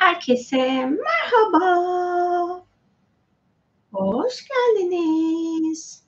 Herkese merhaba. Hoş geldiniz.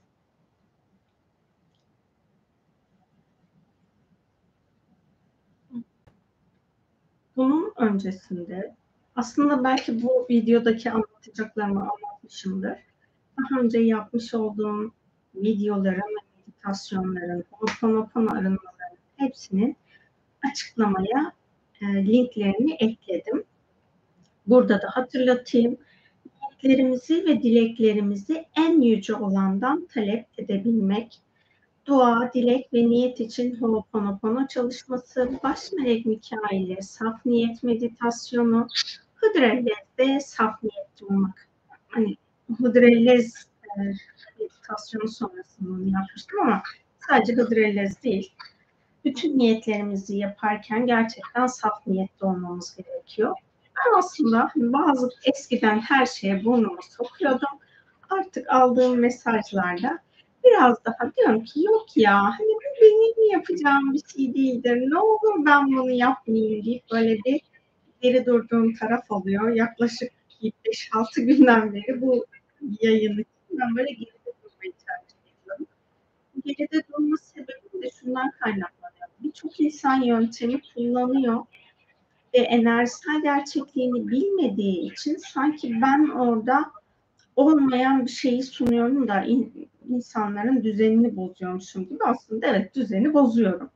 Bunun öncesinde aslında belki bu videodaki anlatacaklarımı anlatmışımdır. Daha önce yapmış olduğum videoların ve meditasyonların, Ho'oponopono arınmaların hepsinin açıklamaya linklerini ekledim. Burada da hatırlatayım. Niyetlerimizi ve dileklerimizi en yüce olandan talep edebilmek, dua, dilek ve niyet için Ho'oponopono çalışması, baş melek Mikail'e saf niyet meditasyonu, Hıdrellez'de saf niyetli olmak. Hani Hıdrellez meditasyonu sonrasında onu yapmıştım ama sadece Hıdrellez değil. Bütün niyetlerimizi yaparken gerçekten saf niyetli olmamız gerekiyor. Ben aslında bazı eskiden her şeye burnumu sokuyordum. Artık aldığım mesajlarda biraz daha diyorum ki yok ya hani bu benim yapacağım bir şey değildir. Ne olur ben bunu yapmayayım deyip böyle bir geri durduğum taraf oluyor. Yaklaşık 5-6 günden beri bu yayın için ben böyle geride durmayı tercih ediyorum. Geride durma sebebim de şundan kaynaklanıyor. Birçok insan yöntemi kullanıyor ve enerjisel gerçekliğini bilmediği için sanki ben orada olmayan bir şeyi sunuyorum da insanların düzenini bozuyormuşum gibi. Aslında evet, düzeni bozuyorum.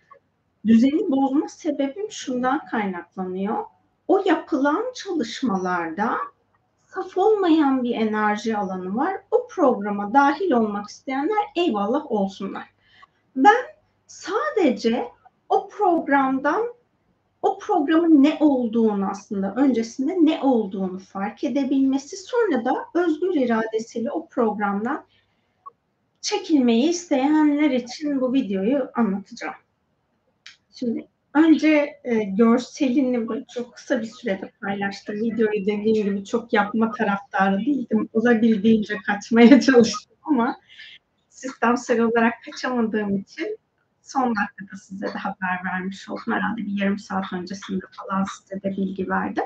Düzeni bozma sebebim şundan kaynaklanıyor. O yapılan çalışmalarda saf olmayan bir enerji alanı var. O programa dahil olmak isteyenler eyvallah olsunlar. Ben sadece o programdan, o programın ne olduğunu, aslında öncesinde ne olduğunu fark edebilmesi, sonra da özgür iradesiyle o programdan çekilmeyi isteyenler için bu videoyu anlatacağım. Şimdi önce görselini böyle çok kısa bir sürede paylaştım. Videoyu dediğim gibi çok yapma taraftarı değildim. Olabildiğince kaçmaya çalıştım ama sistemsel olarak kaçamadığım için son dakikada size de haber vermiş oldum. Herhalde bir yarım saat öncesinde falan size de bilgi verdim.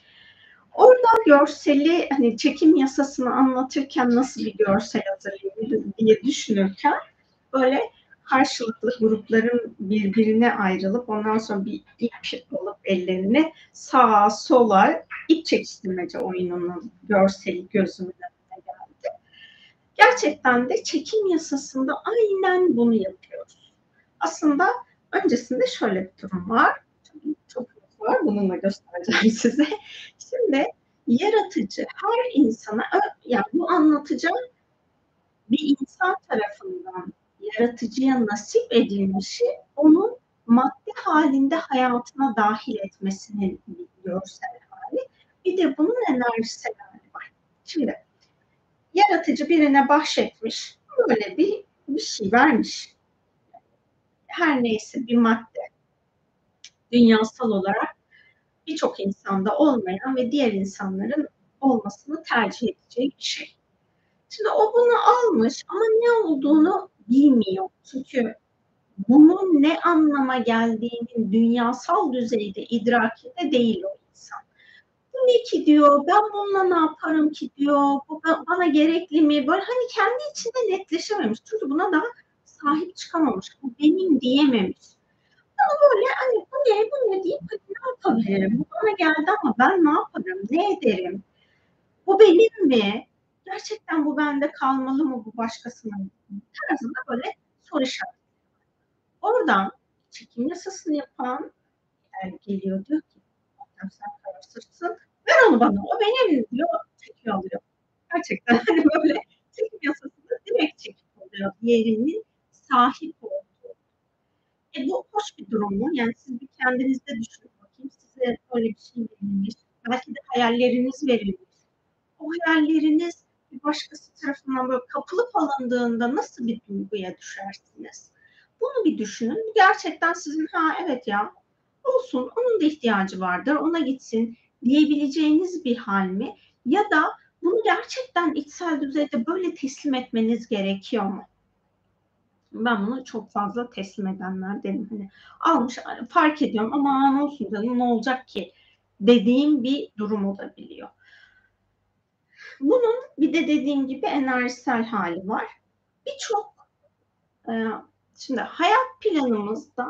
Orada görseli, hani çekim yasasını anlatırken nasıl bir görsel hazırlayayım diye düşünürken böyle karşılıklı grupların birbirine ayrılıp ondan sonra bir ip alıp ellerine sağa sola ip çekiştirmece oyununun görseli gözümün önüne geldi. Gerçekten de çekim yasasında aynen bunu yapıyoruz. Aslında öncesinde şöyle bir durum var. Çok var. Bununla göstereceğim size. Şimdi yaratıcı her insana, yani bu anlatacağım bir insan tarafından yaratıcıya nasip edilmişi onun madde halinde hayatına dahil etmesinin bir görsel hali. Bir de bunun enerjisel hali var. Şimdi yaratıcı birine bahşetmiş, böyle bir şey vermiş. Her neyse bir madde. Dünyasal olarak birçok insanda olmayan ve diğer insanların olmasını tercih edeceği bir şey. Şimdi o bunu almış ama ne olduğunu bilmiyor. Çünkü bunun ne anlama geldiğinin dünyasal düzeyde idrakinde değil o insan. Bu ne ki diyor, ben bununla ne yaparım ki diyor, bu bana gerekli mi? Böyle hani kendi içinde netleşememiş. Çünkü buna daha sahip çıkamamış. Bu benim diyememiş. Ama böyle hani bu ne deyip ne yapabilirim? Bu bana geldi ama ben ne yaparım, ne ederim? Bu benim mi? Gerçekten bu bende kalmalı mı, bu başkasının? Tarzında böyle soru işareti. Oradan çekim yasasını yapan geliyor, diyor ki sen kararsızsın, ver onu bana, o benim diyor, çekiyor alıyor. Gerçekten hani böyle çekim yasasında direkt çekip alıyor diğerinin sahip olduğu. Bu hoş bir durum mu? Yani siz bir kendinizde düşünün bakayım. Size öyle bir şey verilmiş. Belki de hayalleriniz verilmiş. O hayalleriniz bir başkası tarafından böyle kapılıp alındığında nasıl bir duyguya düşersiniz? Bunu bir düşünün. Gerçekten sizin ha evet ya olsun, onun da ihtiyacı vardır, ona gitsin diyebileceğiniz bir hal mi? Ya da bunu gerçekten içsel düzeyde böyle teslim etmeniz gerekiyor mu? Ben bunu çok fazla teslim edenlerdenim. Hani almış fark ediyorum ama ne olsun canım ne olacak ki dediğim bir durum olabiliyor. Bunun bir de dediğim gibi enerjisel hali var. Birçok şimdi hayat planımızda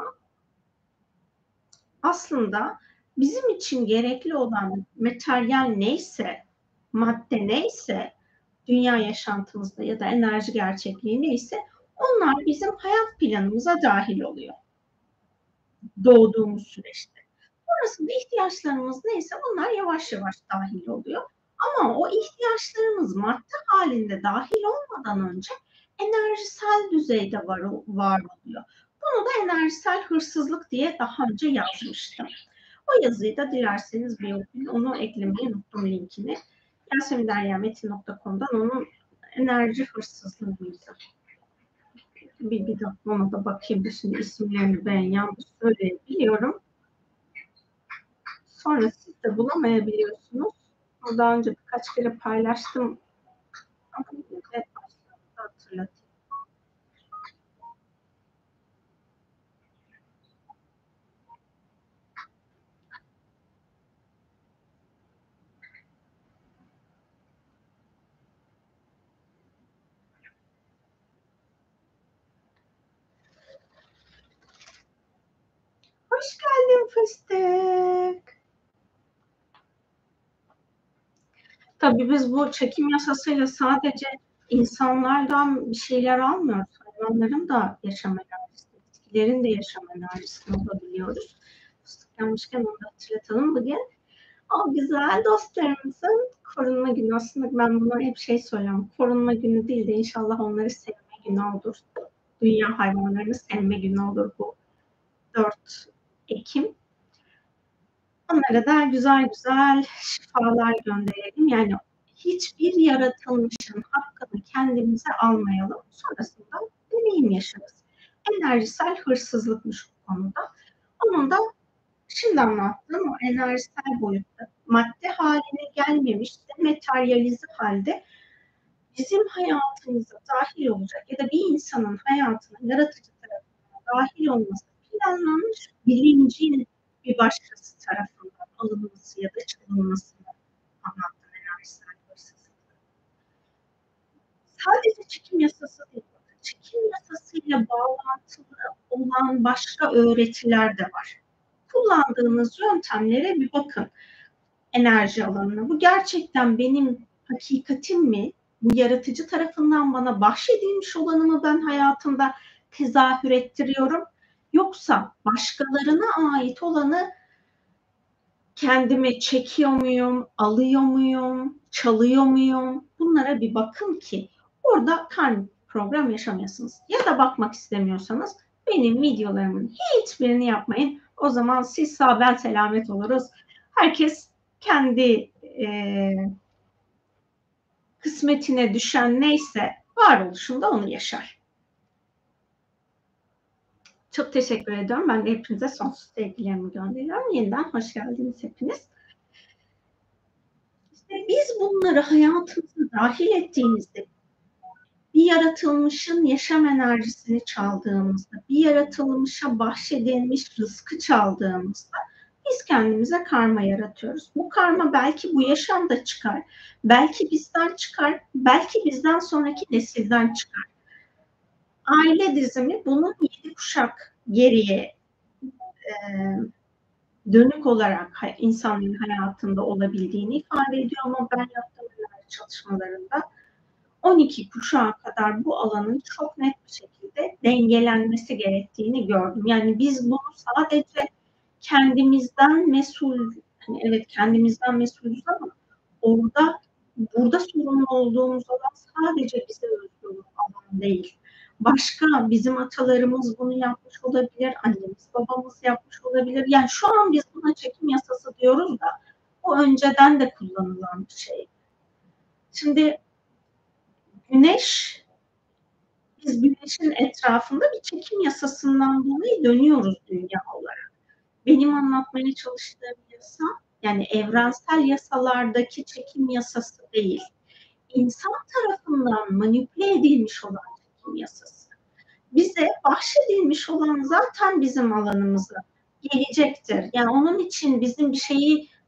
aslında bizim için gerekli olan materyal neyse, madde neyse, dünya yaşantımızda ya da enerji gerçekliği neyse onlar bizim hayat planımıza dahil oluyor. Doğduğumuz süreçte. Sonrasında ihtiyaçlarımız neyse bunlar yavaş yavaş dahil oluyor. Ama o ihtiyaçlarımız madde halinde dahil olmadan önce enerjisel düzeyde var oluyor. Bunu da enerjisel hırsızlık diye daha önce yazmıştım. O yazıyı da dilerseniz bir okuyun. Onu eklemeyi unuttum linkini. yaseminderyametin.com'dan onun enerji hırsızlığı mıydı? Bir dakika ona da bakayım. Şimdi isimlerini ben yanlış söyleyebiliyorum. Sonra siz de bulamayabiliyorsunuz. Daha önce birkaç kere paylaştım. Ama yine de hatırlatayım. Hoş geldin fıstık. Tabii biz bu çekim yasasıyla sadece insanlardan bir şeyler almıyoruz. Hayvanların da yaşam enerjisini, bitkilerin de yaşam enerjisini alabiliyoruz. Fıstık gelmişken onu da hatırlatalım bugün. O güzel dostlarımızın korunma günü. Aslında ben buna hep söylüyorum. Korunma günü değil de inşallah onları sevme günü olur. Dünya hayvanlarını sevme günü olur bu 4 Ekim. Onlara da güzel güzel şifalar gönderelim. Yani hiçbir yaratılmışın hakkını kendimize almayalım. Sonrasında deneyim yaşarız. Enerjisel hırsızlıkmış bu konuda. Onun da şimdi anlattığım o enerjisel boyutta madde haline gelmemiş de materyalize halde bizim hayatımıza dahil olacak ya da bir insanın hayatına yaratıcı tarafından dahil olması planlanmış bilincin bir başkası tarafından alınması ya da çalınmasını anlattım enerjisel hırsızlık. Sadece çekim yasası değil. Çekim yasasıyla bağlantılı olan başka öğretiler de var. Kullandığınız yöntemlere bir bakın enerji alanına. Bu gerçekten benim hakikatim mi? Bu yaratıcı tarafından bana bahşedilmiş olanı ben hayatımda tezahür ettiriyorum. Yoksa başkalarına ait olanı kendime çekiyor muyum, alıyor muyum, çalıyor muyum? Bunlara bir bakın ki orada karmik program yaşamayasınız. Ya da bakmak istemiyorsanız benim videolarımın hiçbirini yapmayın. O zaman siz sağ ben selamet oluruz. Herkes kendi kısmetine düşen neyse varoluşunda onu yaşar. Çok teşekkür ediyorum. Ben de hepinize sonsuz sevgilerimi gönderiyorum. Yeniden hoş geldiniz hepiniz. İşte biz bunları hayatımıza dahil ettiğimizde bir yaratılmışın yaşam enerjisini çaldığımızda, bir yaratılmışa bahşedilmiş rızkı çaldığımızda biz kendimize karma yaratıyoruz. Bu karma belki bu yaşamda çıkar, belki bizden çıkar, belki bizden sonraki nesilden çıkar. Aile dizimi bunun 7 kuşak geriye dönük olarak insanların hayatında olabildiğini ifade ediyor ama ben yaptığım çalışmalarında 12 kuşağa kadar bu alanın çok net bir şekilde dengelenmesi gerektiğini gördüm. Yani biz bunu sadece kendimizden mesul, hani evet kendimizden mesulüz ama burada sorumlu olduğumuz alan sadece bize özgü alan değil. Başka bizim atalarımız bunu yapmış olabilir, annemiz babamız yapmış olabilir. Yani şu an biz buna çekim yasası diyoruz da o önceden de kullanılan bir şey. Şimdi Güneş, biz Güneş'in etrafında bir çekim yasasından dolayı dönüyoruz dünya olarak. Benim anlatmaya çalıştığım yasa, yani evrensel yasalardaki çekim yasası değil, insan tarafından manipüle edilmiş olan çekim yasası. Bize bahşedilmiş olan zaten bizim alanımıza gelecektir. Yani onun için bizim bir şeyi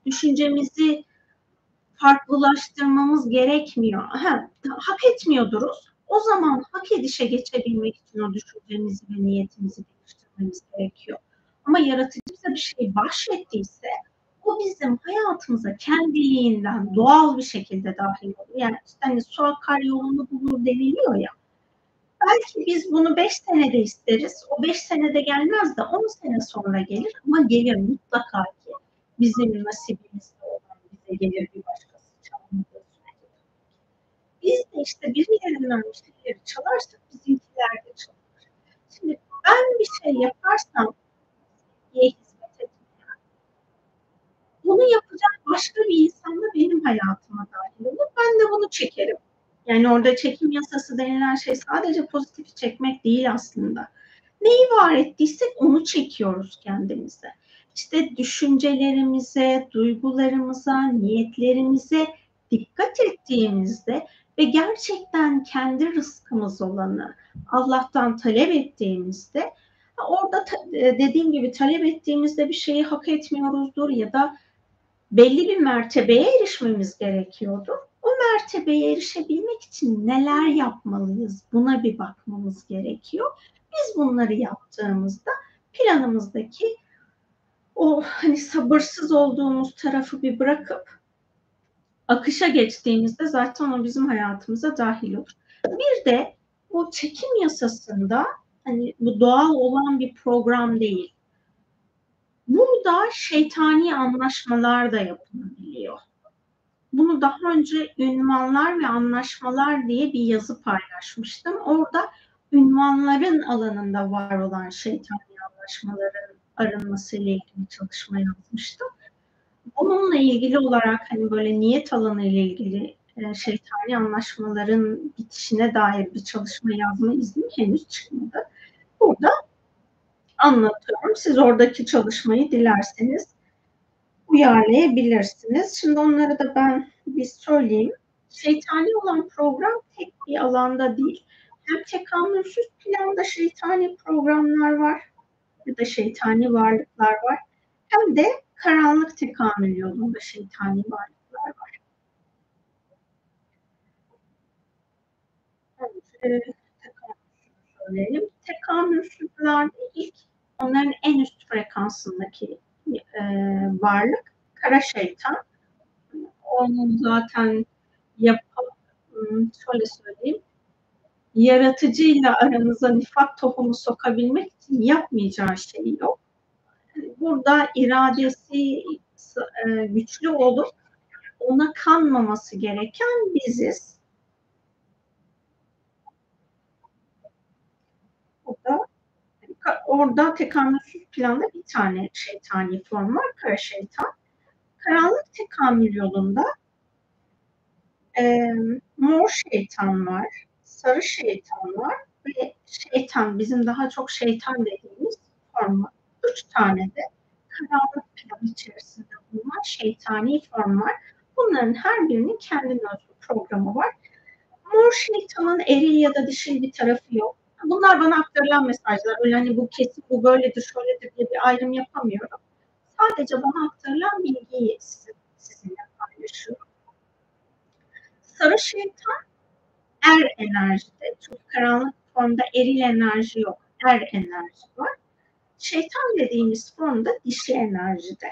düşüncemizi farklılaştırmamız gerekmiyor. Hak etmiyorduruz. O zaman hak edişe geçebilmek için o düşüncemizi ve niyetimizi değiştirmemiz gerekiyor. Ama yaratıcı bize bir şey bahşettiyse o bizim hayatımıza kendiliğinden doğal bir şekilde dahil oluyor. Yani işte hani su akar yolunu bulur deniliyor ya. Belki biz bunu 5 senede isteriz. O 5 senede gelmez de 10 sene sonra gelir ama gelir mutlaka ki. Bizim nasibimizde olan bize gelir bir başkası çalmadığı sürece. Biz de işte birilerinden bir şeyleri çalarsak bizimkiler de çalar. Şimdi ben bir şey yaparsam diye hizmet etmeyen, bunu yapacak başka bir insan da benim hayatıma dahil olur. Ben de bunu çekerim. Yani orada çekim yasası denilen şey sadece pozitifi çekmek değil aslında. Neyi var ettiysek onu çekiyoruz kendimize. İşte düşüncelerimize, duygularımıza, niyetlerimize dikkat ettiğimizde ve gerçekten kendi rızkımız olanı Allah'tan talep ettiğimizde orada dediğim gibi talep ettiğimizde bir şeyi hak etmiyoruzdur ya da belli bir mertebeye erişmemiz gerekiyordur. O mertebeye erişebilmek için neler yapmalıyız? Buna bir bakmamız gerekiyor. Biz bunları yaptığımızda planımızdaki o hani sabırsız olduğumuz tarafı bir bırakıp akışa geçtiğimizde zaten o bizim hayatımıza dahil olur. Bir de bu çekim yasasında hani bu doğal olan bir program değil. Burada şeytani anlaşmalar da yapılabiliyor. Bunu daha önce ünvanlar ve anlaşmalar diye bir yazı paylaşmıştım. Orada ünvanların alanında var olan şeytani anlaşmaların arınmasıyla ilgili çalışma yazmıştım. Bununla ilgili olarak hani böyle niyet alanı ile ilgili şeytani anlaşmaların bitişine dair bir çalışma yazma iznim henüz çıkmadı. Burada anlatıyorum. Siz oradaki çalışmayı dilerseniz uyarlayabilirsiniz. Şimdi onları da ben bir söyleyeyim. Şeytani olan program tek bir alanda değil. Hem tekamülsüz planda şeytani programlar var ya da şeytani varlıklar var. Hem de karanlık tekamül yolunda şeytani varlıklar var. Evet, tekamülsüz söyleyelim. Tekamülsüzlerde ilk onların en üst frekansındaki varlık kara şeytan. Onun zaten şöyle söyleyeyim, yaratıcıyla aranıza nifak tohumu sokabilmek için yapmayacağı şey yok. Burada iradesi güçlü olup ona kanmaması gereken biziz. Orada tekamülsüz planda bir tane şeytani form var, kara şeytan. Karanlık tekamül yolunda mor şeytan var, sarı şeytan var ve şeytan, bizim daha çok şeytan dediğimiz form var. 3 tane de karanlık plan içerisinde bulunan şeytani form var. Bunların her birinin kendine özgü programı var. Mor şeytanın eril ya da dişil bir tarafı yok. Bunlar bana aktarılan mesajlar. Öyle hani bu kesin, bu böyledir, şöyledir diye bir ayrım yapamıyorum. Sadece bana aktarılan bilgiyi sizinle paylaşıyorum. Sarı şeytan enerjide. Çünkü karanlık formda eril enerji yok. Enerji var. Şeytan dediğimiz formda dişi enerjide.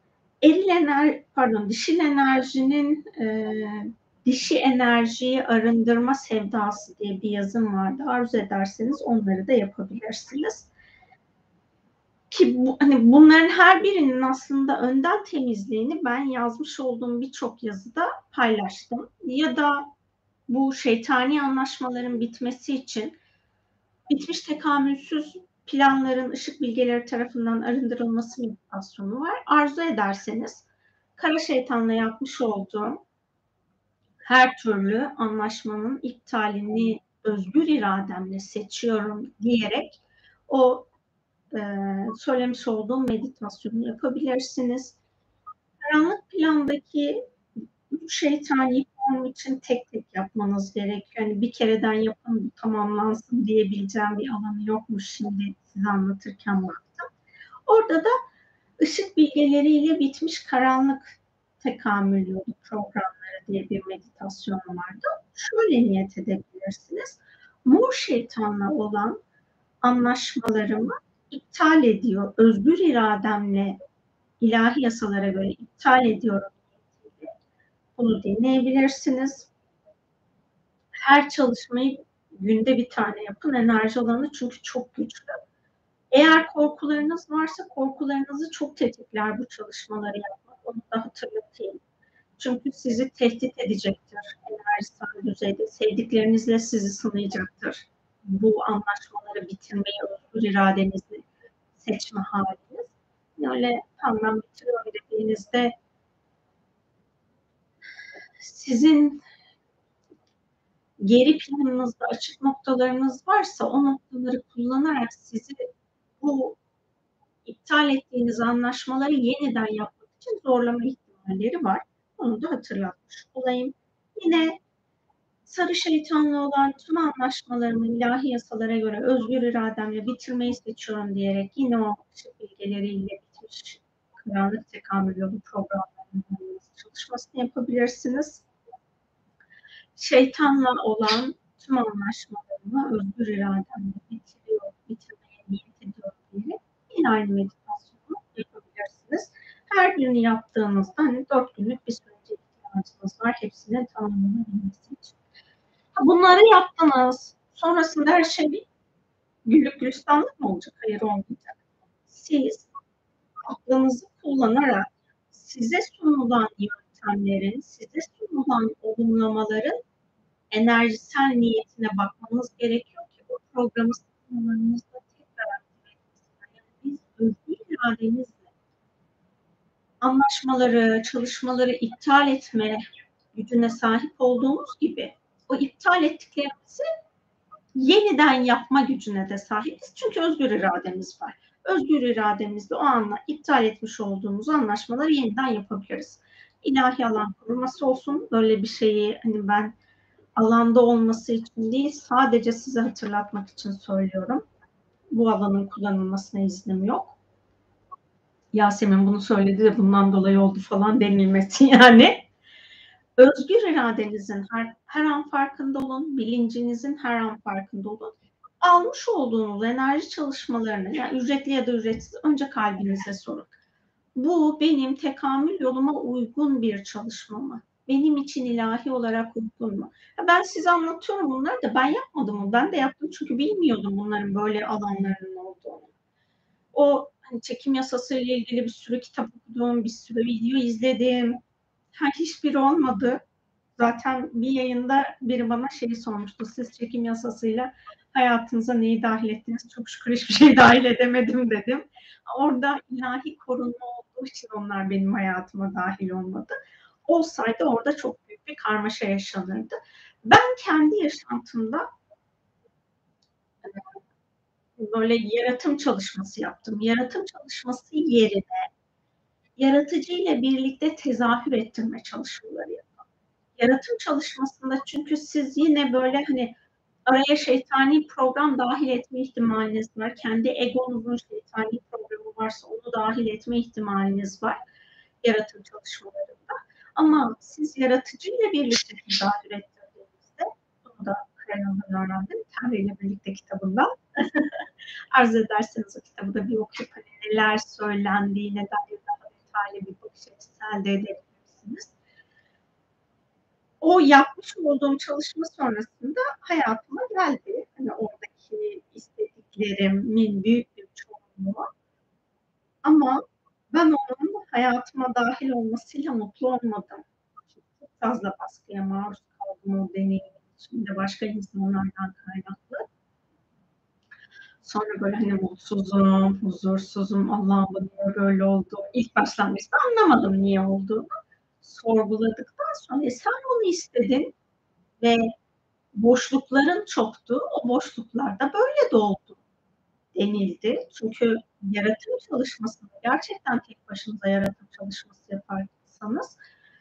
Dişil enerjinin dişi enerjiyi arındırma sevdası diye bir yazım vardı. Arzu ederseniz onları da yapabilirsiniz. Ki hani bunların her birinin aslında önden temizliğini ben yazmış olduğum birçok yazıda paylaştım. Ya da bu şeytani anlaşmaların bitmesi için bitmiş tekamülsüz planların ışık bilgeleri tarafından arındırılması meditasyonu var. Arzu ederseniz kara şeytanla yapmış olduğum her türlü anlaşmanın iptalini özgür irademle seçiyorum diyerek o söylemiş olduğum meditasyonu yapabilirsiniz. Karanlık plandaki şeytani form için tek tek yapmanız gerekiyor. Yani bir kereden yapın tamamlansın diyebileceğim bir alanı yokmuş, şimdi size anlatırken baktım. Orada da Işık bilgeleriyle bitmiş karanlık tekamül yolu programları diye bir meditasyon vardı. Şöyle niyet edebilirsiniz. Mor şeytanla olan anlaşmalarımı iptal ediyor. Özgür irademle ilahi yasalara göre iptal ediyorum. Bunu dinleyebilirsiniz. Her çalışmayı günde bir tane yapın. Enerji alanı çünkü çok güçlü. Eğer korkularınız varsa korkularınızı çok tetikler bu çalışmaları yapmak. Onu da hatırlatayım. Çünkü sizi tehdit edecektir enerjisel düzeyde. Sevdiklerinizle sizi sınayacaktır. Bu anlaşmaları bitirmeyi özgür iradenizle seçme haliniz. Öyle tamam bitiriyorum dediğinizde sizin geri planınızda açık noktalarınız varsa o noktaları kullanarak sizi bu iptal ettiğiniz anlaşmaları yeniden yapmak için zorlama ihtimalleri var. Onu da hatırlatmış olayım. Yine sarı şeytanla olan tüm anlaşmalarımı ilahi yasalara göre özgür irademle bitirmeyi seçiyorum diyerek yine o ışık bilgeleriyle bitmiş karanlık tekamül yolu programlarının çalışmasını yapabilirsiniz. Şeytanla olan tüm anlaşmalarımı özgür irademle bitirmeye niyet ediyorum diyerek yine aynı meditasyonu yapabilirsiniz. Her gün yaptığınızda hani 4 günlük bir sürece ihtiyacınız var hepsinin tamamlanabilmesi için. Bunları yaptınız. Sonrasında her şey güllük gülistanlık mı olacak? Hayır olmayacak. Siz aklınızı kullanarak size sunulan yöntemlerin, size sunulan olumlamaların enerjisel niyetine bakmanız gerekiyor ki o programı sınırlarınızda tekrar aktive etmesine. Yani biz özgür irademizle anlaşmaları, çalışmaları iptal etme gücüne sahip olduğumuz gibi o iptal ettiklerimizi yeniden yapma gücüne de sahibiz. Çünkü özgür irademiz var. Özgür irademizle o anla iptal etmiş olduğumuz anlaşmaları yeniden yapabiliriz. İlahi alan koruması olsun. Böyle bir şeyi hani ben alanda olması için değil, sadece size hatırlatmak için söylüyorum. Bu alanın kullanılmasına iznim yok. Yasemin bunu söyledi de bundan dolayı oldu falan denilmesin yani. Özgür iradenizin her an farkında olun, bilincinizin her an farkında olun. Almış olduğunuz enerji çalışmalarını, yani ücretli ya da ücretsiz, önce kalbinize sorun. Bu benim tekamül yoluma uygun bir çalışma mı? Benim için ilahi olarak uygun mu? Ben size anlatıyorum bunları da ben yapmadım mı? Ben de yaptım çünkü bilmiyordum bunların böyle alanlarının olduğunu. O hani çekim yasası ile ilgili bir sürü kitap okudum, bir sürü video izledim. Hiçbiri olmadı. Zaten bir yayında biri bana şeyi sormuştu. Siz çekim yasasıyla hayatınıza neyi dahil ettiniz? Çok şükür hiçbir şey dahil edemedim dedim. Orada ilahi korunma olduğu için onlar benim hayatıma dahil olmadı. Olsaydı orada çok büyük bir karmaşa yaşanırdı. Ben kendi yaşantımda böyle yaratım çalışması yaptım. Yaratım çalışması yerine yaratıcı ile birlikte tezahür ettirme çalışmaları yaptım. Yaratım çalışmasında çünkü siz yine böyle hani araya şeytani program dahil etme ihtimaliniz var. Kendi egonuzun şeytani programı varsa onu dahil etme ihtimaliniz var yaratım çalışmalarında. Ama siz yaratıcıyla birlikte tezahür ettirdiğinizde bunu da Kayahan'dan öğrendim. Tanrı ile birlikte kitabından. Arzu ederseniz o kitabı da bir okuyup hani neler söylendiğine dair daha detaylı bir bakış açısı elde edebilirsiniz. O yapmış olduğum çalışma sonrasında hayatıma geldi. Hani oradaki istediklerimin büyük bir çoğunluğu. Ama ben onun hayatıma dahil olmasıyla mutlu olmadım. Çünkü çok fazla baskıya maruz kaldım o deneyimin içinde başka insanlardan kaynaklı. Sonra böyle hani mutsuzum, huzursuzum, Allah'ım bu niye böyle oldu? İlk başlangıçta anlamadım niye olduğunu. Sorguladıktan sonra sen bunu istedin ve boşlukların çoktu. O boşluklarda böyle doldu denildi. Çünkü yaratım çalışmasında gerçekten tek başınıza yaratım çalışması yaparsanız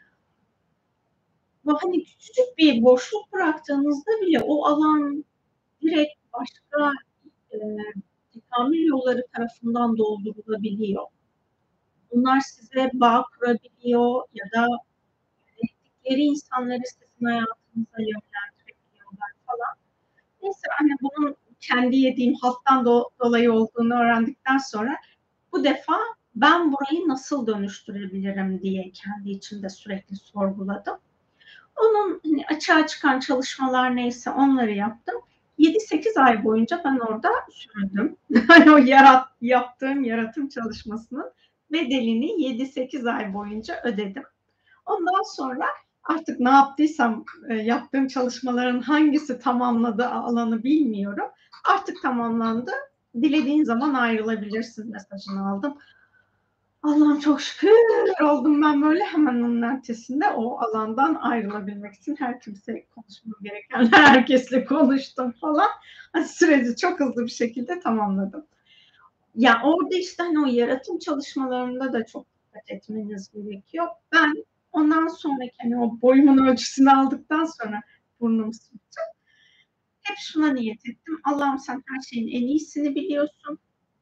bu hani küçücük bir boşluk bıraktığınızda bile o alan direkt başka tekamül yolları tarafından doldurulabiliyor. Bunlar size bağ kurabiliyor ya da yönettikleri insanları sizin hayatınıza yönlendirebiliyorlar falan. Neyse, hani, bunun kendi yediğim halttan dolayı olduğunu öğrendikten sonra bu defa ben burayı nasıl dönüştürebilirim diye kendi içimde sürekli sorguladım. Onun, hani, açığa çıkan çalışmalar neyse onları yaptım. 7-8 ay boyunca ben orada süründüm. Hani o yaptığım yaratım çalışmasının bedelini 7-8 ay boyunca ödedim. Ondan sonra artık ne yaptıysam, yaptığım çalışmaların hangisi tamamladı alanı bilmiyorum. Artık tamamlandı. Dilediğin zaman ayrılabilirsin mesajını aldım. Allah'ım çok şükür oldum ben böyle. Hemen onun ertesinde o alandan ayrılabilmek için konuşmam gerekenler herkesle konuştum falan. Hani süreci çok hızlı bir şekilde tamamladım. Ya orada işte hani o yaratım çalışmalarında da çok dikkat etmeniz gerekiyor. Ben ondan sonraki hani o boyumun ölçüsünü aldıktan sonra burnum sürttü. Hep şuna niyet ettim. Allah'ım sen her şeyin en iyisini biliyorsun.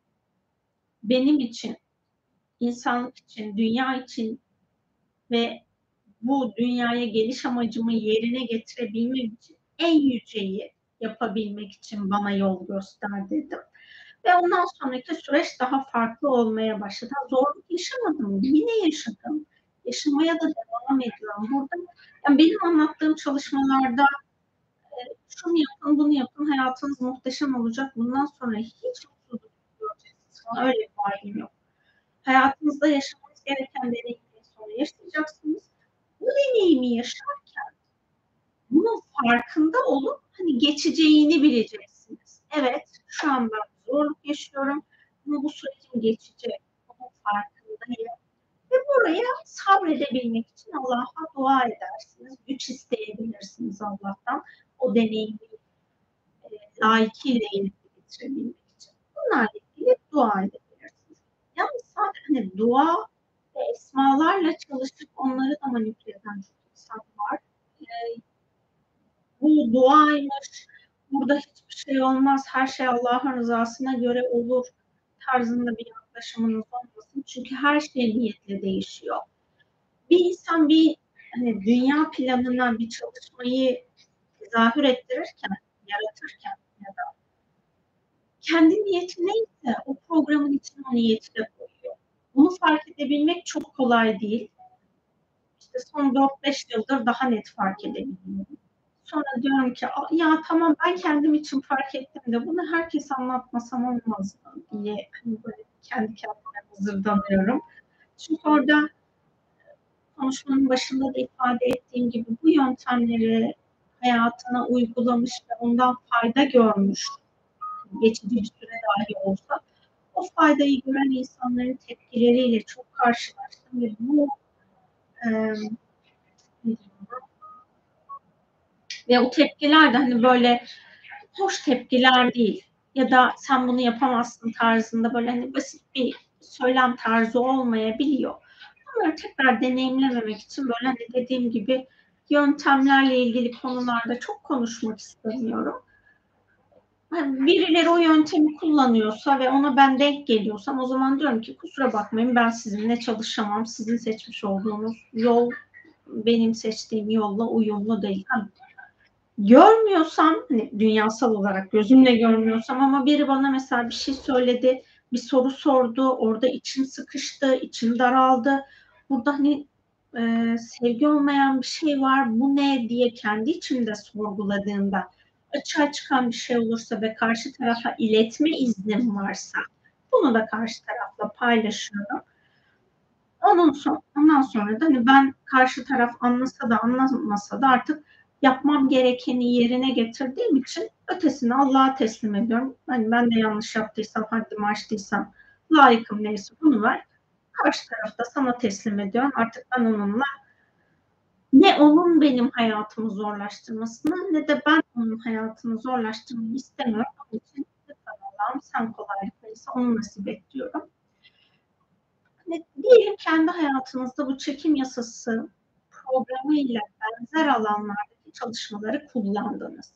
Benim için, insanlık için, dünya için ve bu dünyaya geliş amacımı yerine getirebilmem için en yüceyi yapabilmek için bana yol göster dedim. Ve ondan sonraki süreç daha farklı olmaya başladı. Zorluk yaşamadım, yine yaşadım. Yaşamaya da devam ediyorum. Burada yani benim anlattığım çalışmalarda şunu yapın, bunu yapın, hayatınız muhteşem olacak. Bundan sonra hiç mutsuzluk göreceksiniz falan öyle bir vaadim yok. Hayatınızda yaşamanız gereken deneyimleri sonra yaşayacaksınız. Bu deneyimi yaşarken bunun farkında olup hani geçeceğini bileceksiniz. Evet, şu an ben zorluk yaşıyorum ama bu sürecin geçecek. Bunun farkındayım. Ve buraya sabredebilmek için Allah'a dua edersiniz. Güç isteyebilirsiniz Allah'tan. O deneyimi layıkıyla yerine getirebilmek için. Bunlarla ilgili dua edebilirsiniz. Yalnız sadece hani dua ve esmalarla çalışıp onları da manipüle eden çok insan var. Bu duaymış, burada hiçbir şey olmaz, her şey Allah'ın rızasına göre olur tarzında bir yaklaşımınız olmasın. Çünkü her şey niyetle değişiyor. Bir insan bir hani dünya planına bir çalışmayı tezahür ettirirken, yaratırken ya da kendi niyeti neyse o programın içine o niyeti de koyuyor. Bunu fark edebilmek çok kolay değil. İşte son 4-5 yıldır daha net fark edebiliyorum. Sonra diyorum ki ya tamam ben kendim için fark ettim de bunu herkese anlatmasam olmaz mı diye hani böyle kendi kendime mızırdanıyorum. Çünkü orada konuşmanın başında da ifade ettiğim gibi bu yöntemleri hayatına uygulamış ve ondan fayda görmüş, geçici bir süre dahi olsa o faydayı gören insanların tepkileriyle çok karşılaştım ve bu ve o tepkiler de hani böyle hoş tepkiler değil ya da sen bunu yapamazsın tarzında böyle hani basit bir söylem tarzı olmayabiliyor. Bunları tekrar deneyimlememek için böyle hani dediğim gibi yöntemlerle ilgili konularda çok konuşmak istemiyorum. Yani birileri o yöntemi kullanıyorsa ve ona ben denk geliyorsam o zaman diyorum ki kusura bakmayın ben sizinle çalışamam. Sizin seçmiş olduğunuz yol benim seçtiğim yolla uyumlu değil. Görmüyorsam hani dünyasal olarak gözümle görmüyorsam ama biri bana mesela bir şey söyledi, bir soru sordu, orada içim sıkıştı, içim daraldı. Burada hani sevgi olmayan bir şey var, bu ne diye kendi içimde sorguladığımda açığa çıkan bir şey olursa ve karşı tarafa iletme iznim varsa bunu da karşı tarafla paylaşıyorum. Ondan sonra da hani ben karşı taraf anlasa da anlamasa da artık yapmam gerekeni yerine getirdiğim için ötesini Allah'a teslim ediyorum. Hani ben de yanlış yaptıysam, haddimi aştıysam, layıkım neyse bunu ver. Karşı tarafta sana teslim ediyorum. Artık ben onunla ne onun benim hayatımı zorlaştırmasını ne de ben onun hayatını zorlaştırmayı istemiyorum. Onun için lütfen Allah'ım sen kolaylık verirse onu nasip et diyorum. Hani diyelim kendi hayatınızda bu çekim yasası programıyla benzer alanlardaki çalışmaları kullandınız.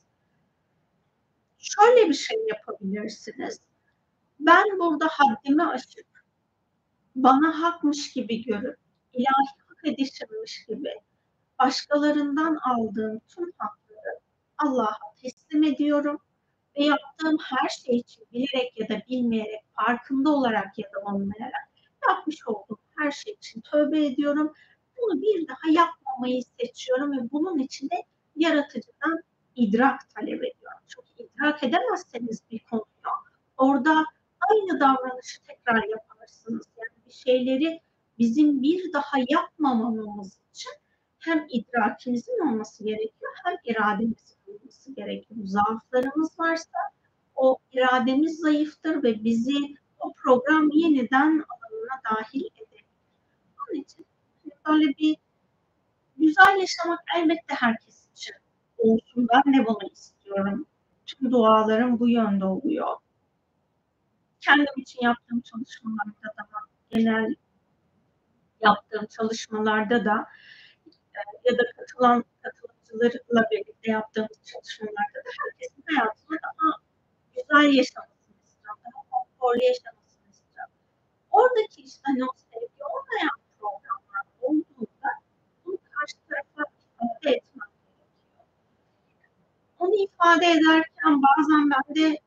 Şöyle bir şey yapabilirsiniz. Ben burada haddimi aşıp bana hakmış gibi görüp, ilahi hak edişimmiş gibi başkalarından aldığım tüm hakları Allah'a teslim ediyorum ve yaptığım her şey için bilerek ya da bilmeyerek, farkında olarak ya da olmayarak yapmış olduğum her şey için tövbe ediyorum. Bunu bir daha yapmamayı seçiyorum ve bunun için de yaratıcıdan idrak talep ediyorum. Çünkü idrak edemezseniz bir konuyu orada aynı davranışı tekrar yaparsınız. Yani bir şeyleri bizim bir daha yapmamamamız için hem idrakimizin olması gerekiyor hem irademizin olması gerekiyor. Zaaflarımız varsa o irademiz zayıftır ve bizi o program yeniden alanına dahil eder. Onun için böyle bir güzel yaşamak elbette herkes için olsun. Ben de bunu istiyorum. Tüm dualarım bu yönde oluyor. Kendim için yaptığım çalışmalarda da, genel yaptığım çalışmalarda da ya da katılımcılarla birlikte yaptığımız çalışmalarda da herkesin hayatını daha güzel yaşamasını istiyorum. Daha konforlu yaşamasını istiyorum. Oradaki işte hani o sevgi olmayan programlar olduğunda bunu karşı tarafa ifade etmem gerekiyor. Onu ifade ederken bazen ben de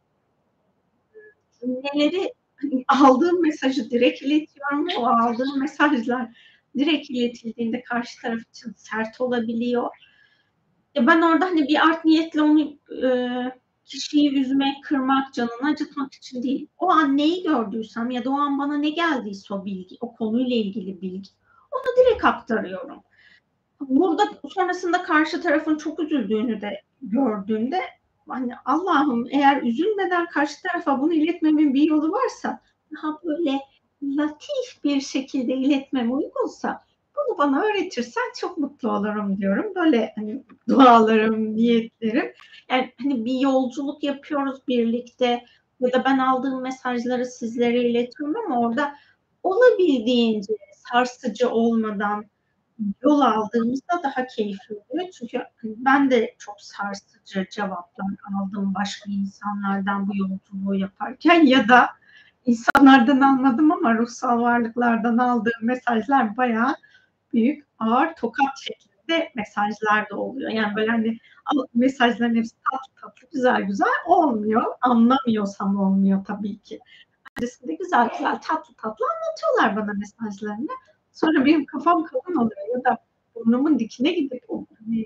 cümleleri aldığım mesajı direkt iletiyorum. O aldığım mesajlar direkt iletildiğinde karşı taraf için sert olabiliyor. Ben orada hani bir art niyetle onu kişiyi üzmek, kırmak, canını acıtmak için değil. O an neyi gördüysem ya da o an bana ne geldiyse o bilgi, o konuyla ilgili bilgi, onu direkt aktarıyorum. Burada sonrasında karşı tarafın çok üzüldüğünü de gördüğümde hani Allah'ım eğer üzülmeden karşı tarafa bunu iletmemin bir yolu varsa daha böyle latif bir şekilde iletmem uygunsa bunu bana öğretirsen çok mutlu olurum diyorum. Böyle hani dualarım, niyetlerim. Yani hani bir yolculuk yapıyoruz birlikte ya da ben aldığım mesajları sizlere iletiyorum ama orada olabildiğince sarsıcı olmadan yol aldığımızda daha keyifli oluyor. Çünkü ben de çok sarsıcı cevaplar aldım başka insanlardan bu yolculuğu yaparken ya da insanlardan almadım ama ruhsal varlıklardan aldığım mesajlar bayağı büyük, ağır, tokat şeklinde mesajlar da oluyor. Yani böyle hani mesajların hepsi tatlı tatlı, güzel güzel olmuyor. Anlamıyorsam olmuyor tabii ki. Öncesinde güzel güzel tatlı tatlı anlatıyorlar bana mesajlarını. Sonra benim kafam kalın oluyor ya da burnumun dikine gidip o hani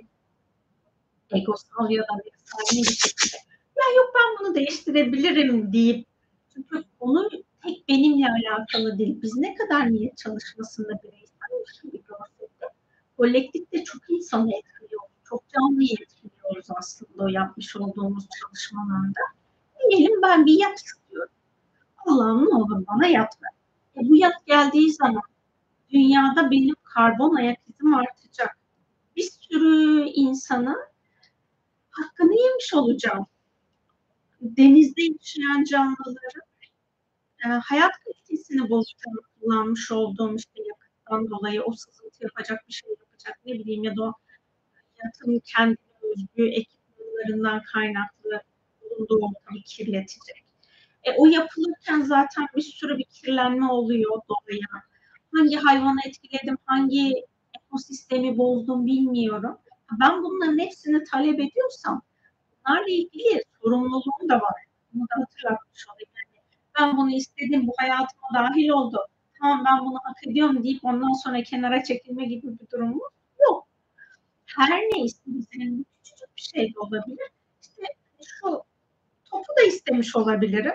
egosal ya da nefsani bir şekilde ya yok ben bunu değiştirebilirim deyip çünkü konu tek benimle alakalı değil. Biz ne kadar niyet çalışmasında bireyselmiş gibi görsek de kolektifte çok insanı etkiliyoruz. Çok canlıyı etkiliyoruz aslında o yapmış olduğumuz çalışmalarda. Diyelim ben bir yat istiyorum. Allah'ım ne olur bana yat ver. Bu yat geldiği zaman dünyada benim karbon ayak izim artacak. Bir sürü insanın hakkını yemiş olacağım. Denizde yaşayan canlıların hayat kalitesini bozacağını kullanmış olduğum işte yakıttan dolayı o sızıntı yapacak bir şey yapacak ne bileyim ya da o yatın kendine özgü ekipmanlarından kaynaklı bulunduğu ortamı kirletecek. O yapılırken zaten bir sürü bir kirlenme oluyor doğaya. Hangi hayvanı etkiledim, hangi ekosistemi bozdum bilmiyorum. Ben bunların hepsini talep ediyorsam bunlarla ilgili sorumluluğum da var. Bunu da hatırlatmış olayım. Yani ben bunu istedim, bu hayatıma dahil oldu. Tamam ben bunu hak ediyorum deyip ondan sonra kenara çekilme gibi bir durumum yok. Her neyse bizim küçücük bir şey de olabilir. İşte şu topu da istemiş olabilirim.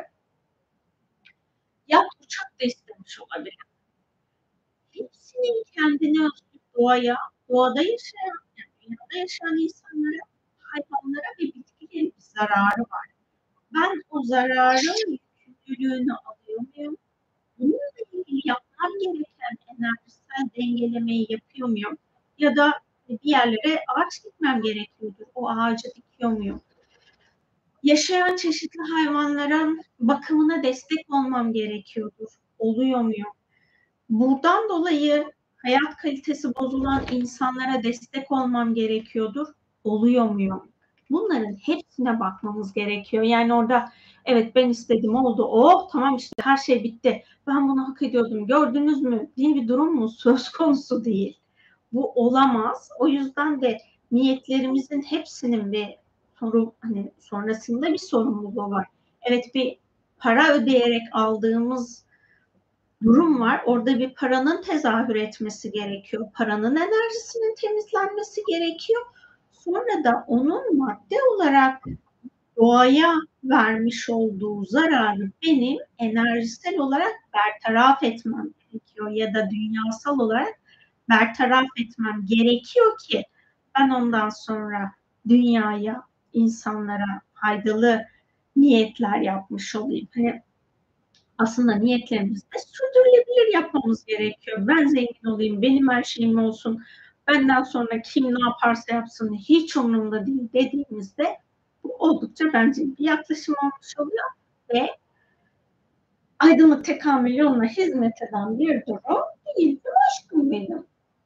Yat uçak da istemiş olabilirim. Hepsinin kendine özgü doğaya, doğada yaşayan, yani dünyada yaşayan insanlara, hayvanlara ve bitkilere bir zararı var. Ben o zararın yükümlülüğünü alıyor muyum? Bununla ilgili yapmam gereken enerjisel dengelemeyi yapıyor muyum? Ya da bir yerlere ağaç dikmem gerekiyordur. O ağacı dikiyor muyum? Yaşayan çeşitli hayvanların bakımına destek olmam gerekiyordur. Oluyor muyum? Buradan dolayı hayat kalitesi bozulan insanlara destek olmam gerekiyordur. Oluyor muyum? Bunların hepsine bakmamız gerekiyor. Yani orada Evet, ben istedim, oldu. Oh, tamam işte her şey bitti. Ben bunu hak ediyordum. Gördünüz mü? Diye bir durum mu söz konusu değil. Bu olamaz. O yüzden de niyetlerimizin hepsinin bir hani sonrasında bir sorumluluğu var. Evet, bir para ödeyerek aldığımız durum var. Orada bir paranın tezahür etmesi gerekiyor. Paranın enerjisinin temizlenmesi gerekiyor. Sonra da onun madde olarak doğaya vermiş olduğu zararı benim enerjisel olarak bertaraf etmem gerekiyor ya da dünyasal olarak bertaraf etmem gerekiyor ki ben ondan sonra dünyaya, insanlara faydalı niyetler yapmış olayım. Hani aslında niyetlerimizi de sürdürülebilir yapmamız gerekiyor. Ben zengin olayım, benim her şeyim olsun, benden sonra kim ne yaparsa yapsın hiç umurumda değil dediğimizde bu oldukça bence bir yaklaşım olmuş oluyor ve aydınlık tekamül yoluna hizmet eden bir durum değil. Aşkım benim.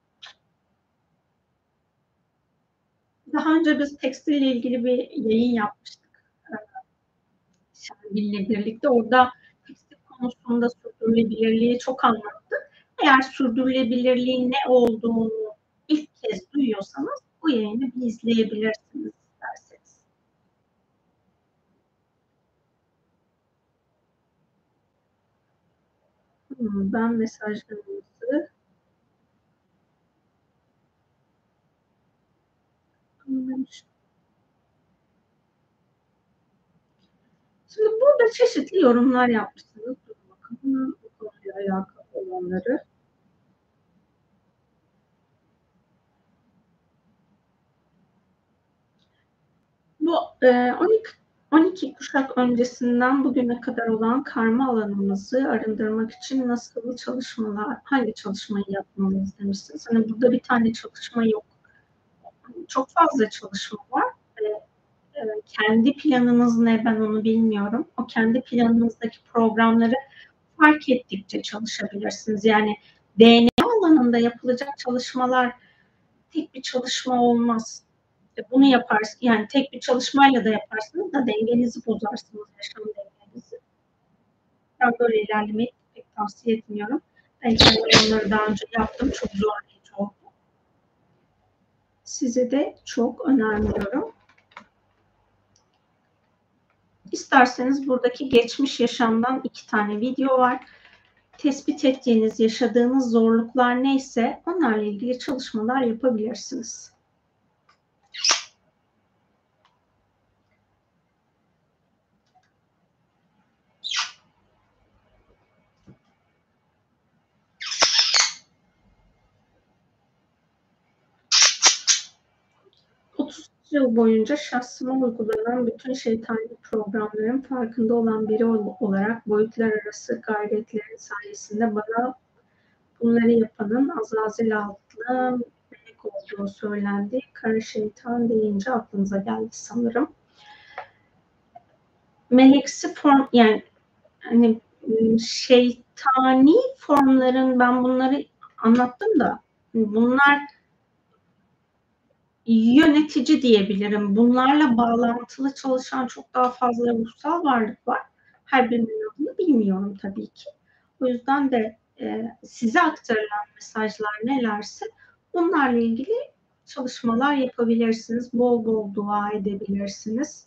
Daha önce biz tekstille ilgili bir yayın yapmıştık. Şengül'le birlikte. Orada tekstil konusunda sürdürülebilirliği çok anlattık. Eğer sürdürülebilirliğin ne olduğunu ilk kez duyuyorsanız bu yayını bir izleyebilirsiniz isterseniz. Ben mesajlarınızı anlamışım. Şimdi burada çeşitli yorumlar yapmışsınız. Dur bakalım bu konuyla alakalı olanları. Bu 12 kuşak öncesinden bugüne kadar olan karma alanımızı arındırmak için nasıl çalışmalar, hangi çalışmayı yapmalıyız demişsiniz. Hani burada bir tane çalışma yok. Çok fazla çalışma var. Kendi planınız ne ben onu bilmiyorum. O kendi planınızdaki programları fark ettikçe çalışabilirsiniz. Yani DNA alanında yapılacak çalışmalar tek bir çalışma olmaz. Bunu yaparsınız. Yani tek bir çalışmayla da yaparsınız da dengenizi bozarsınız, yaşam dengenizi. Ben böyle ilerlemeyi pek tavsiye etmiyorum. Ben kendim onları daha önce yaptım. Çok zorlayıcı oldu. Size de çok önermiyorum. İsterseniz buradaki geçmiş yaşamdan 2 tane video var. Tespit ettiğiniz, yaşadığınız zorluklar neyse onlarla ilgili çalışmalar yapabilirsiniz. 30 yıl boyunca şahsıma uygulanan bütün şeytani programların farkında olan biri olarak boyutlar arası gayretlerin sayesinde bana bunları yapanın Azazil adlı melek olduğu söylendi. Kara şeytan deyince aklınıza geldi sanırım. Meleksi form yani hani şeytani formların ben bunları anlattım da bunlar yönetici diyebilirim. Bunlarla bağlantılı çalışan çok daha fazla ruhsal varlık var. Her birinin adını bilmiyorum tabii ki. O yüzden de size aktarılan mesajlar nelerse onlarla ilgili çalışmalar yapabilirsiniz. Bol bol dua edebilirsiniz.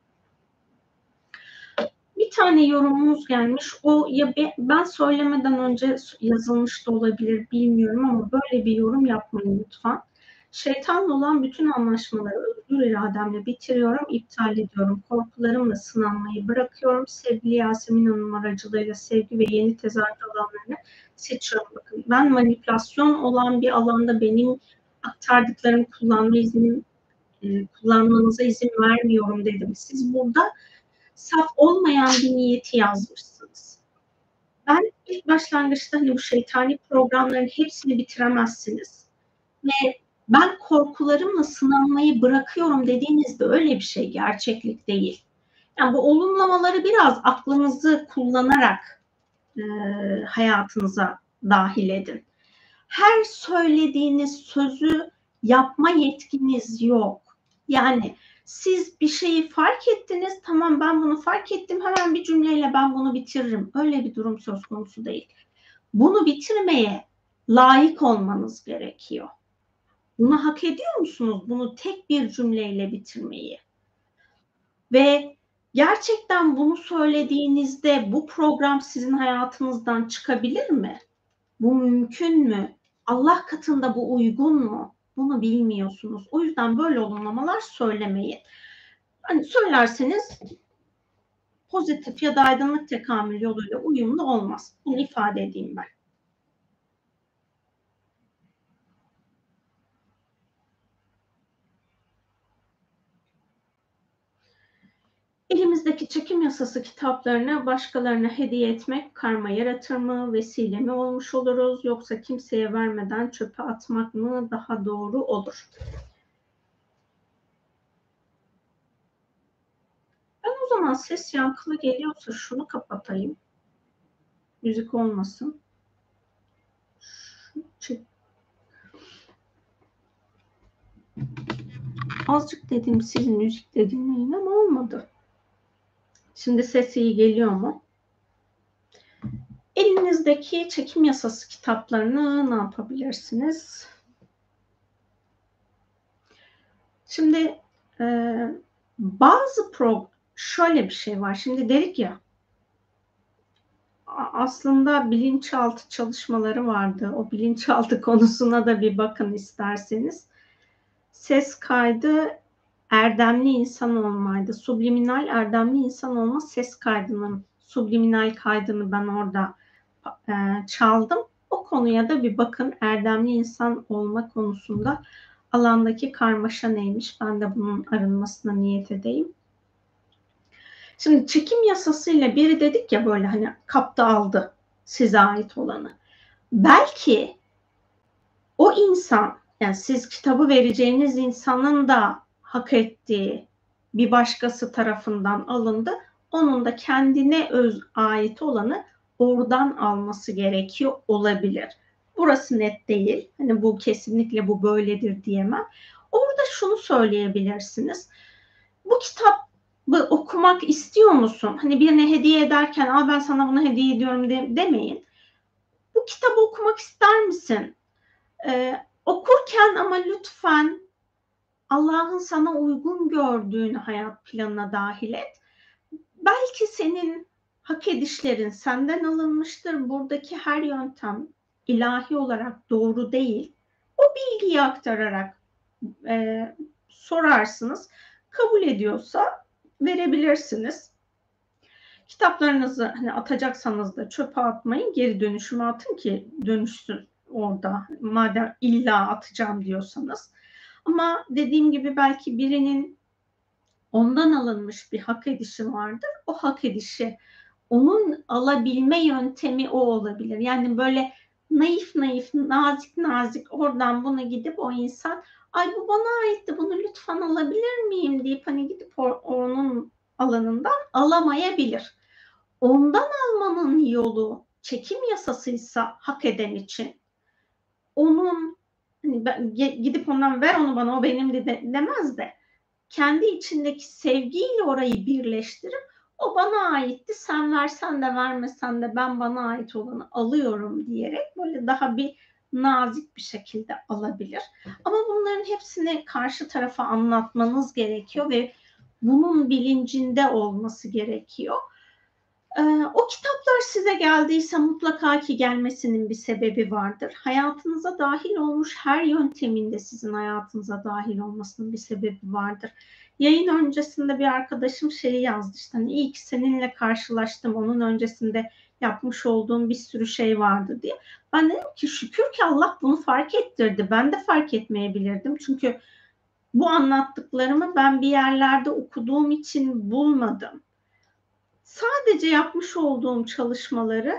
Bir tane yorumumuz gelmiş. O ya ben söylemeden önce yazılmış da olabilir bilmiyorum ama böyle bir yorum yapmayın lütfen. Şeytanla olan bütün anlaşmaları özgür irademle bitiriyorum, iptal ediyorum. Korkularımla sınanmayı bırakıyorum. Sevgili Yasemin Hanım aracılığıyla sevgi ve yeni tezahürat alanlarını seçiyorum. Bakın ben manipülasyon olan bir alanda benim aktardıklarımı kullanmanıza izin vermiyorum dedim. Siz burada saf olmayan bir niyeti yazmışsınız. Ben ilk başlangıçta hani bu şeytani programların hepsini bitiremezsiniz. Ve ben korkularımla sınanmayı bırakıyorum dediğinizde öyle bir şey gerçeklik değil. Yani bu olumlamaları biraz aklınızı kullanarak hayatınıza dahil edin. Her söylediğiniz sözü yapma yetkiniz yok. Yani Siz bir şeyi fark ettiniz, tamam ben bunu fark ettim, hemen bir cümleyle ben bunu bitiririm. Öyle bir durum söz konusu değil. Bunu bitirmeye layık olmanız gerekiyor. Bunu hak ediyor musunuz? Bunu tek bir cümleyle bitirmeyi. Ve gerçekten bunu söylediğinizde bu program sizin hayatınızdan çıkabilir mi? Bu mümkün mü? Allah katında bu uygun mu? Bunu bilmiyorsunuz. O yüzden böyle olumlamalar söylemeyin. Hani söylerseniz pozitif ya da aydınlık tekamül yoluyla uyumlu olmaz. Bunu ifade edeyim ben. Elimizdeki çekim yasası kitaplarını başkalarına hediye etmek karma yaratır mı, vesile mi olmuş oluruz, yoksa kimseye vermeden çöpe atmak mı daha doğru olur? Ben o zaman ses yankılı geliyorsa şunu kapatayım. Müzik olmasın. Azıcık dedim siz müzik de dinleyin ama olmadı. Şimdi ses iyi geliyor mu? Elinizdeki çekim yasası kitaplarını ne yapabilirsiniz? Şimdi bazı şöyle bir şey var. Şimdi dedik ya, aslında bilinçaltı çalışmaları vardı. O bilinçaltı konusuna da bir bakın isterseniz. Ses kaydı erdemli insan olmaydı. Subliminal erdemli insan olma ses kaydının subliminal kaydını ben orada çaldım. O konuya da bir bakın. Erdemli insan olma konusunda alandaki karmaşa neymiş? Ben de bunun arınmasına niyet edeyim. Şimdi çekim yasasıyla biri dedik ya böyle hani kapta aldı size ait olanı. Belki o insan, yani siz kitabı vereceğiniz insanın da hak ettiği bir başkası tarafından alındı. Onun da kendine ait olanı oradan alması gerekiyor olabilir. Burası net değil. Hani bu kesinlikle bu böyledir diyemem. Orada şunu söyleyebilirsiniz. Bu kitabı okumak istiyor musun? Hani birine hediye ederken ben sana bunu hediye ediyorum demeyin. Bu kitabı okumak ister misin? Okurken ama lütfen Allah'ın sana uygun gördüğün hayat planına dahil et. Belki senin hak edişlerin senden alınmıştır. Buradaki her yöntem ilahi olarak doğru değil. O bilgiyi aktararak sorarsınız. Kabul ediyorsa verebilirsiniz. Kitaplarınızı hani atacaksanız da çöpe atmayın, geri dönüşüme atın ki dönüşsün orada. Madem illa atacağım diyorsanız. Ama dediğim gibi belki birinin ondan alınmış bir hak edişi vardır. O hak edişi, onun alabilme yöntemi o olabilir. Yani böyle naif naif, nazik nazik oradan bunu gidip o insan ay bu bana aitti, bunu lütfen alabilir miyim deyip hani gidip onun alanından alamayabilir. Ondan almanın yolu çekim yasasıysa hak eden için onun hani gidip ondan ver onu bana o benim demez de kendi içindeki sevgiyle orayı birleştirip o bana aitti, sen versen de vermesen de ben bana ait olanı alıyorum diyerek böyle daha bir nazik bir şekilde alabilir. Ama bunların hepsini karşı tarafa anlatmanız gerekiyor ve bunun bilincinde olması gerekiyor. O kitaplar size geldiyse mutlaka ki gelmesinin bir sebebi vardır. Hayatınıza dahil olmuş her yönteminde sizin hayatınıza dahil olmasının bir sebebi vardır. Yayın öncesinde bir arkadaşım şeyi yazdı işte hani iyi ki seninle karşılaştım, onun öncesinde yapmış olduğum bir sürü şey vardı diye. Ben dedim ki şükür ki Allah bunu fark ettirdi. Ben de fark etmeyebilirdim. Çünkü bu anlattıklarımı ben bir yerlerde okuduğum için bulmadım. Sadece yapmış olduğum çalışmaları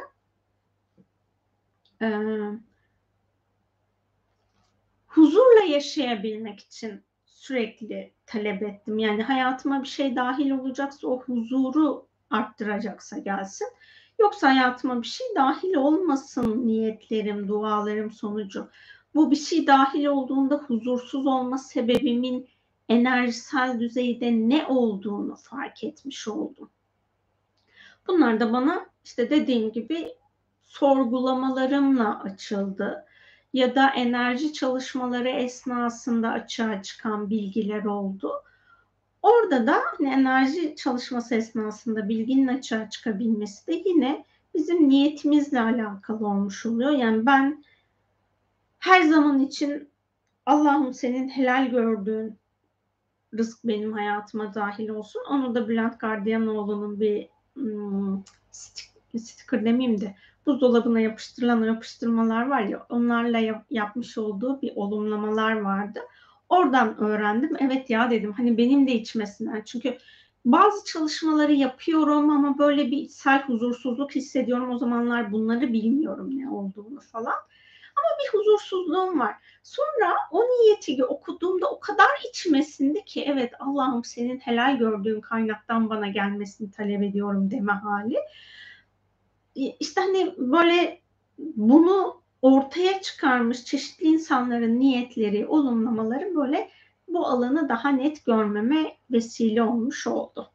huzurla yaşayabilmek için sürekli talep ettim. Yani hayatıma bir şey dahil olacaksa o huzuru arttıracaksa gelsin. Yoksa hayatıma bir şey dahil olmasın niyetlerim, dualarım sonucu. Bu bir şey dahil olduğunda huzursuz olma sebebimin enerjisel düzeyde ne olduğunu fark etmiş oldum. Bunlar da bana işte dediğim gibi sorgulamalarımla açıldı ya da enerji çalışmaları esnasında açığa çıkan bilgiler oldu. Orada da hani enerji çalışması esnasında bilginin açığa çıkabilmesi de yine bizim niyetimizle alakalı olmuş oluyor. Yani ben her zaman için Allah'ım senin helal gördüğün rızk benim hayatıma dahil olsun. Onu da Bülent Gardiyanoğlu'nun bir sticker demeyeyim de buzdolabına yapıştırılan yapıştırmalar var ya, onlarla yapmış olduğu bir olumlamalar vardı. Oradan öğrendim. Evet ya dedim, hani benim de içmesinden. Çünkü bazı çalışmaları yapıyorum ama böyle bir içsel huzursuzluk hissediyorum. O zamanlar bunları bilmiyorum ne olduğunu falan. Ama bir huzursuzluğum var. Sonra o niyeti okuduğumda o kadar içmesindi ki evet Allah'ım senin helal gördüğün kaynaktan bana gelmesini talep ediyorum deme hali. İşte hani böyle bunu ortaya çıkarmış çeşitli insanların niyetleri, olumlamaları böyle bu alanı daha net görmeme vesile olmuş oldu.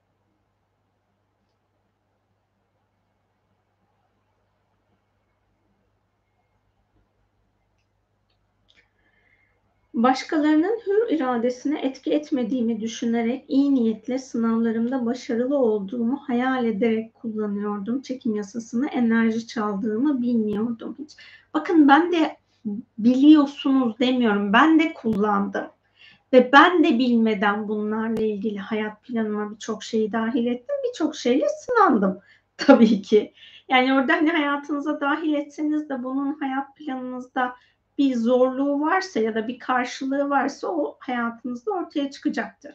Başkalarının hür iradesine etki etmediğimi düşünerek iyi niyetle sınavlarımda başarılı olduğumu hayal ederek kullanıyordum çekim yasasını, enerji çaldığımı bilmiyordum hiç. Bakın ben de biliyorsunuz demiyorum, ben de kullandım. Ve ben de bilmeden bunlarla ilgili hayat planıma birçok şeyi dahil ettim, birçok şeyle sınandım tabii ki. Yani orada hani hayatınıza dahil etseniz de bunun hayat planınızda bir zorluğu varsa ya da bir karşılığı varsa o hayatınızda ortaya çıkacaktır.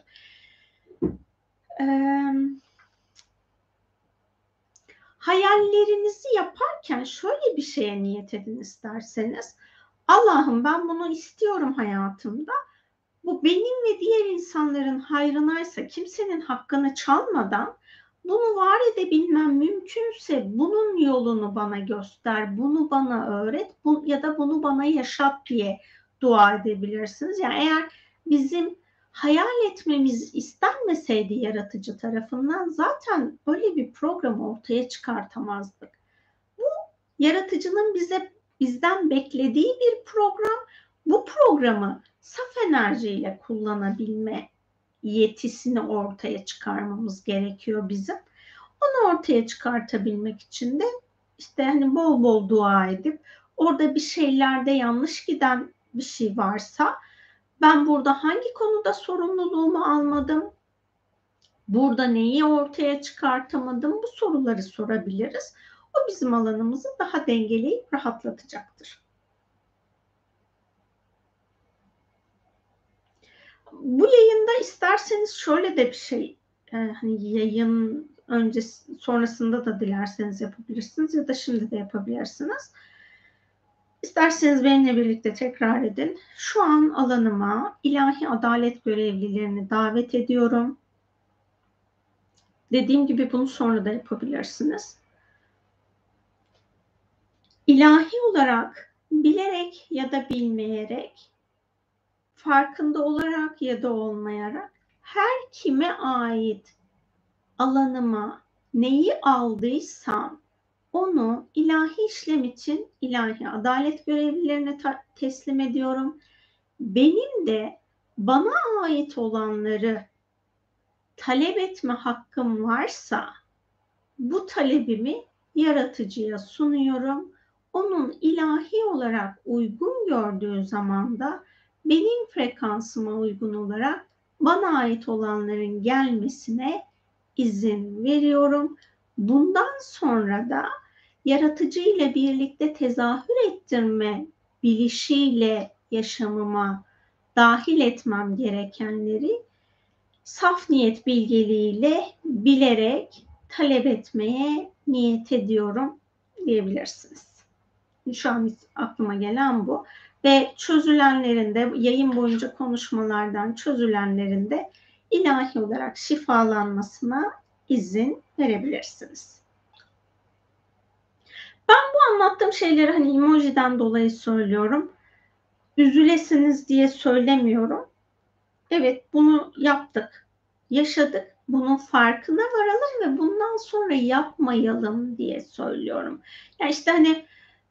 Hayallerinizi yaparken şöyle bir şeye niyet edin isterseniz. Allah'ım ben bunu istiyorum hayatımda. Bu benim ve diğer insanların hayrınaysa, kimsenin hakkını çalmadan bunu var edebilmem mümkünse bunun yolunu bana göster, bunu bana öğret ya da bunu bana yaşat diye dua edebilirsiniz. Yani eğer bizim hayal etmemiz istenmeseydi yaratıcı tarafından zaten öyle bir program ortaya çıkartamazdık. Bu yaratıcının bizden beklediği bir program. Bu programı saf enerjiyle kullanabilme yetisini ortaya çıkarmamız gerekiyor bizim. Onu ortaya çıkartabilmek için de işte hani bol bol dua edip orada bir şeylerde yanlış giden bir şey varsa ben burada hangi konuda sorumluluğumu almadım? Burada neyi ortaya çıkartamadım? Bu soruları sorabiliriz. O bizim alanımızı daha dengeleyip rahatlatacaktır. Bu yayında isterseniz şöyle de bir şey, hani yayın öncesi sonrasında da dilerseniz yapabilirsiniz ya da şimdi de yapabilirsiniz. İsterseniz benimle birlikte tekrar edin. Şu an alanıma ilahi adalet görevlilerini davet ediyorum. Dediğim gibi bunu sonra da yapabilirsiniz. İlahi olarak bilerek ya da bilmeyerek, farkında olarak ya da olmayarak her kime ait alanıma neyi aldıysam onu ilahi işlem için ilahi adalet görevlilerine teslim ediyorum. Benim de bana ait olanları talep etme hakkım varsa bu talebimi yaratıcıya sunuyorum. Onun ilahi olarak uygun gördüğü zamanda benim frekansıma uygun olarak bana ait olanların gelmesine izin veriyorum. Bundan sonra da yaratıcı ile birlikte tezahür ettirme bilişiyle yaşamıma dahil etmem gerekenleri saf niyet bilgeliğiyle bilerek talep etmeye niyet ediyorum diyebilirsiniz. Şu an aklıma gelen bu. Ve çözülenlerin de yayın boyunca konuşmalardan çözülenlerin de ilahi olarak şifalanmasına izin verebilirsiniz. Ben bu anlattığım şeyleri hani emojiden dolayı söylüyorum. Üzülesiniz diye söylemiyorum. evet bunu yaptık, yaşadık, bunun farkına varalım ve bundan sonra yapmayalım diye söylüyorum. Yani işte hani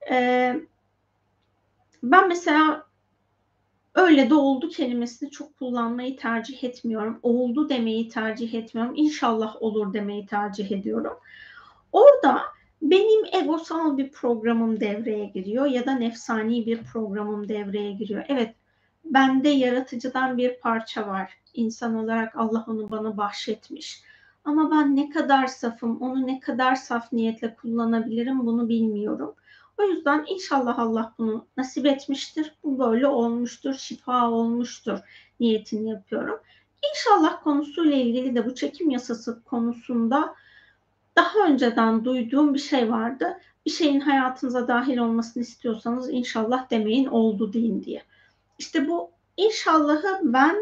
ben mesela öyle de oldu kelimesini çok kullanmayı tercih etmiyorum. Oldu demeyi tercih etmiyorum. İnşallah olur demeyi tercih ediyorum. Orada benim egosal bir programım devreye giriyor ya da nefsani bir programım devreye giriyor. Evet, bende yaratıcıdan bir parça var. İnsan olarak Allah onu bana bahşetmiş. Ama ben ne kadar safım, onu ne kadar saf niyetle kullanabilirim bunu bilmiyorum. O yüzden inşallah Allah bunu nasip etmiştir. Bu böyle olmuştur, şifa olmuştur niyetini yapıyorum. İnşallah konusuyla ilgili de bu çekim yasası konusunda daha önceden duyduğum bir şey vardı. Bir şeyin hayatınıza dahil olmasını istiyorsanız inşallah demeyin, oldu deyin diye. İşte bu inşallahı ben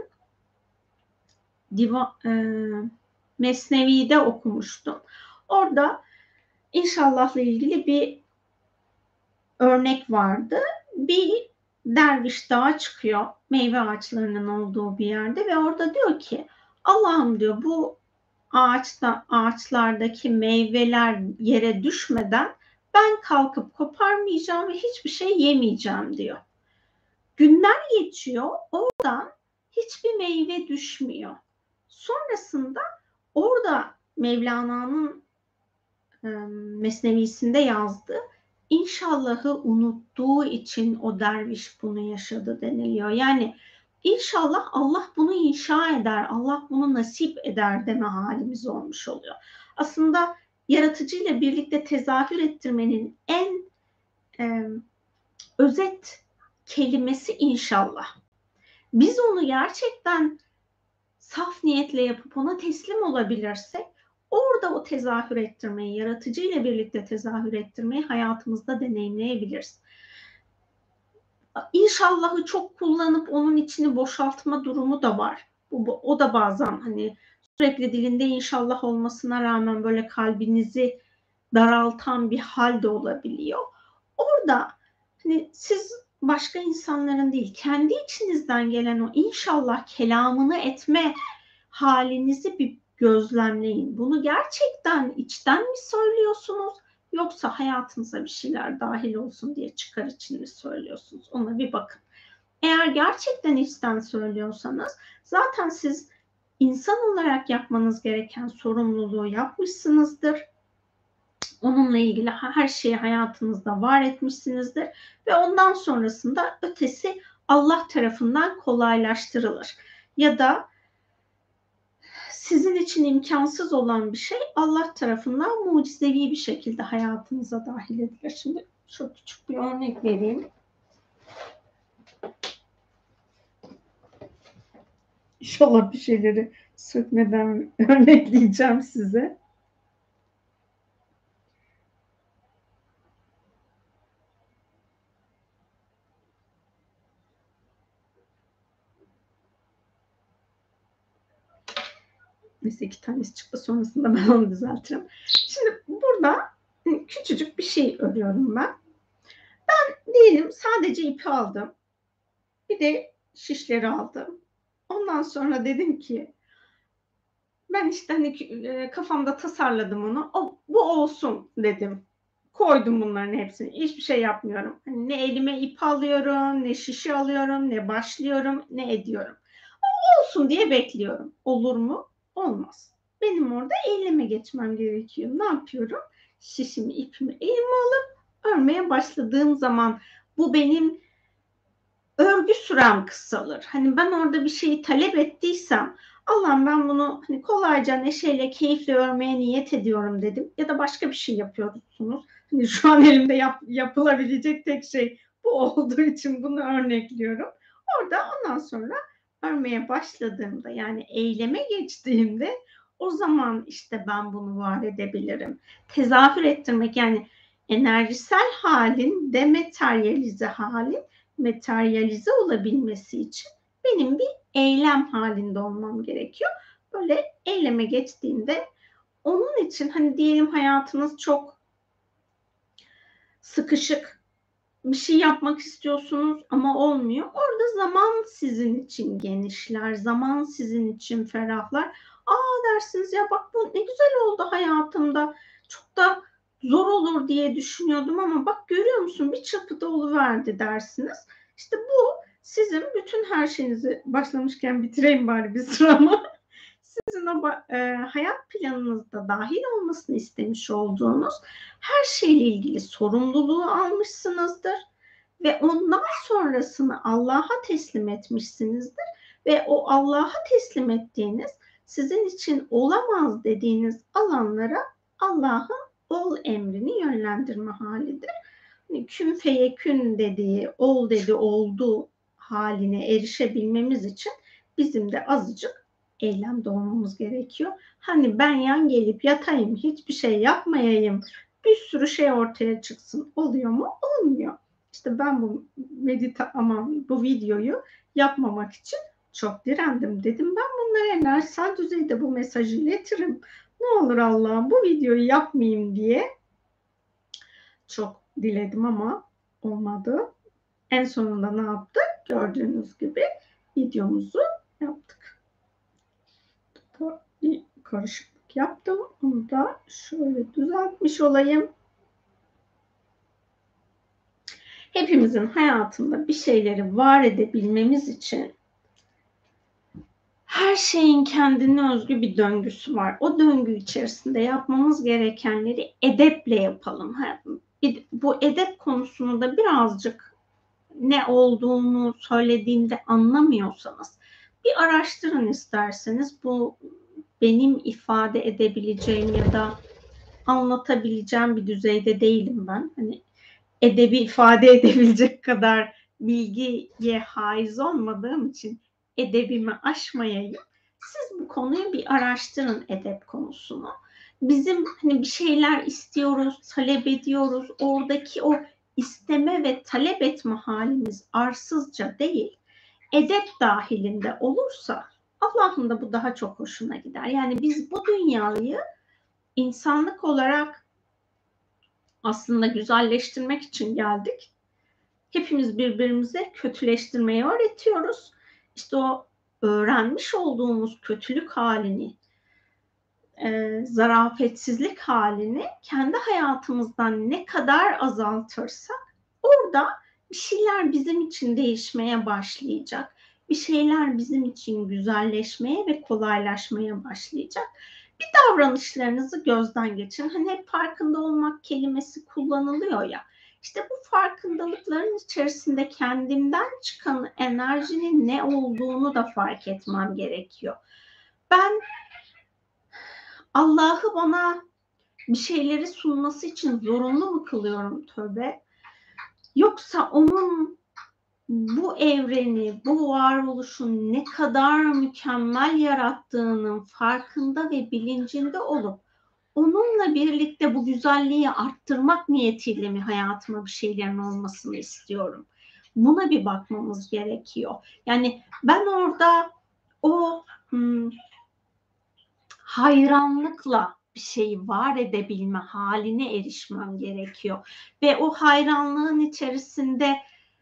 Mesnevi'de okumuştum. Orada inşallahla ilgili bir örnek vardı. Bir derviş dağa çıkıyor meyve ağaçlarının olduğu bir yerde ve orada diyor ki Allah'ım diyor bu ağaçlardaki meyveler yere düşmeden ben kalkıp koparmayacağım ve hiçbir şey yemeyeceğim diyor. Günler geçiyor, oradan hiçbir meyve düşmüyor. Sonrasında orada Mevlana'nın Mesnevisinde yazdı. İnşallahı unuttuğu için o derviş bunu yaşadı deniliyor. Yani inşallah Allah bunu inşa eder, Allah bunu nasip eder deme halimiz olmuş oluyor. Aslında yaratıcıyla birlikte tezahür ettirmenin en özet kelimesi inşallah. Biz onu gerçekten saf niyetle yapıp ona teslim olabilirsek orada o tezahür ettirmeyi, yaratıcıyla birlikte tezahür ettirmeyi hayatımızda deneyimleyebiliriz. İnşallahı çok kullanıp onun içini boşaltma durumu da var. O da bazen hani sürekli dilinde inşallah olmasına rağmen böyle kalbinizi daraltan bir hal de olabiliyor. Orada hani siz başka insanların değil, kendi içinizden gelen o inşallah kelamını etme halinizi bir gözlemleyin. Bunu gerçekten içten mi söylüyorsunuz yoksa hayatınıza bir şeyler dahil olsun diye çıkar için mi söylüyorsunuz? Ona bir bakın. Eğer gerçekten içten söylüyorsanız zaten siz insan olarak yapmanız gereken sorumluluğu yapmışsınızdır. Onunla ilgili her şeyi hayatınızda var etmişsinizdir ve ondan sonrasında ötesi Allah tarafından kolaylaştırılır. Ya da sizin için imkansız olan bir şey Allah tarafından mucizevi bir şekilde hayatınıza dahil edilir. Şimdi çok küçük bir örnek vereyim. İnşallah bir şeyleri sökmeden örnekleyeceğim size. Neyse 2 tanesi çıktı, sonrasında ben onu düzeltirim. Şimdi burada küçücük bir şey örüyorum ben. Ben diyelim sadece ipi aldım. Bir de şişleri aldım. Ondan sonra dedim ki ben işte hani kafamda tasarladım onu. Bu olsun dedim. Koydum bunların hepsini. Hiçbir şey yapmıyorum. Hani ne elime ip alıyorum, ne şişi alıyorum, ne başlıyorum, ne ediyorum. Olsun diye bekliyorum. Olur mu? Olmaz. Benim orada eyleme geçmem gerekiyor. Ne yapıyorum? Şişimi, ipimi elime alıp örmeye başladığım zaman bu benim örgü sürem kısalır. Hani ben orada bir şeyi talep ettiysem Allah'ım ben bunu hani kolayca neşeyle, keyifle örmeye niyet ediyorum dedim. Ya da başka bir şey yapıyorsunuz. Hani şu an elimde yapılabilecek tek şey bu olduğu için bunu örnekliyorum. Orada ondan sonra örmeye başladığımda yani eyleme geçtiğimde o zaman işte ben bunu var edebilirim. Tezahür ettirmek yani enerjisel halin dematerialize halin materyalize olabilmesi için benim bir eylem halinde olmam gerekiyor. Böyle eyleme geçtiğinde onun için hani diyelim hayatınız çok sıkışık, bir şey yapmak istiyorsunuz ama olmuyor. Orada zaman sizin için genişler, zaman sizin için ferahlar. Aa dersiniz ya bak bu ne güzel oldu hayatımda. Çok da zor olur diye düşünüyordum ama bak görüyor musun bir çırpıda oluverdi dersiniz. İşte bu sizin bütün her şeyinizi başlamışken bitireyim bari bir sıramı. Sizin o hayat planınızda dahil olmasını istemiş olduğunuz her şeyle ilgili sorumluluğu almışsınızdır ve ondan sonrasını Allah'a teslim etmişsinizdir ve o Allah'a teslim ettiğiniz sizin için olamaz dediğiniz alanlara Allah'ın ol emrini yönlendirme halidir. Hani kün feyekün dediği, ol dedi oldu haline erişebilmemiz için bizim de azıcık eylemde olmamız gerekiyor. Hani ben yan gelip yatayım, hiçbir şey yapmayayım, bir sürü şey ortaya çıksın. Oluyor mu? Olmuyor. İşte ben bu videoyu yapmamak için çok direndim. Dedim ben bunlara enerjisel düzeyde bu mesajı iletirim. Ne olur Allah'ım bu videoyu yapmayayım diye çok diledim ama olmadı. En sonunda ne yaptık? Gördüğünüz gibi videomuzu yaptık. Bir karışıklık yaptım. Onu da şöyle düzeltmiş olayım. Hepimizin hayatında bir şeyleri var edebilmemiz için her şeyin kendine özgü bir döngüsü var. O döngü içerisinde yapmamız gerekenleri edeple yapalım. Bu edep konusunu da birazcık ne olduğunu söylediğimde anlamıyorsanız bir araştırın isterseniz. Bu benim ifade edebileceğim ya da anlatabileceğim bir düzeyde değilim ben. Hani edebi ifade edebilecek kadar bilgiye haiz olmadığım için edebimi aşmayayım. Siz bu konuyu bir araştırın, edep konusunu. Bizim hani bir şeyler istiyoruz, talep ediyoruz. Oradaki o isteme ve talep etme halimiz arsızca değil, edep dahilinde olursa Allah'ın da bu daha çok hoşuna gider. Yani biz bu dünyayı insanlık olarak aslında güzelleştirmek için geldik. Hepimiz birbirimize kötüleştirmeyi öğretiyoruz. İşte o öğrenmiş olduğumuz kötülük halini, zarafetsizlik halini kendi hayatımızdan ne kadar azaltırsak orada bir şeyler bizim için değişmeye başlayacak. Bir şeyler bizim için güzelleşmeye ve kolaylaşmaya başlayacak. Bir davranışlarınızı gözden geçirin. Hani hep farkında olmak kelimesi kullanılıyor ya. İşte bu farkındalıkların içerisinde kendimden çıkan enerjinin ne olduğunu da fark etmem gerekiyor. Ben Allah'ı bana bir şeyleri sunması için zorunlu mu kılıyorum tövbe? Yoksa onun bu evreni, bu varoluşun ne kadar mükemmel yarattığının farkında ve bilincinde olup onunla birlikte bu güzelliği arttırmak niyetiyle mi hayatıma bir şeylerin olmasını istiyorum? Buna bir bakmamız gerekiyor. Yani ben orada o hayranlıkla bir şeyi var edebilme haline erişmem gerekiyor. Ve o hayranlığın içerisinde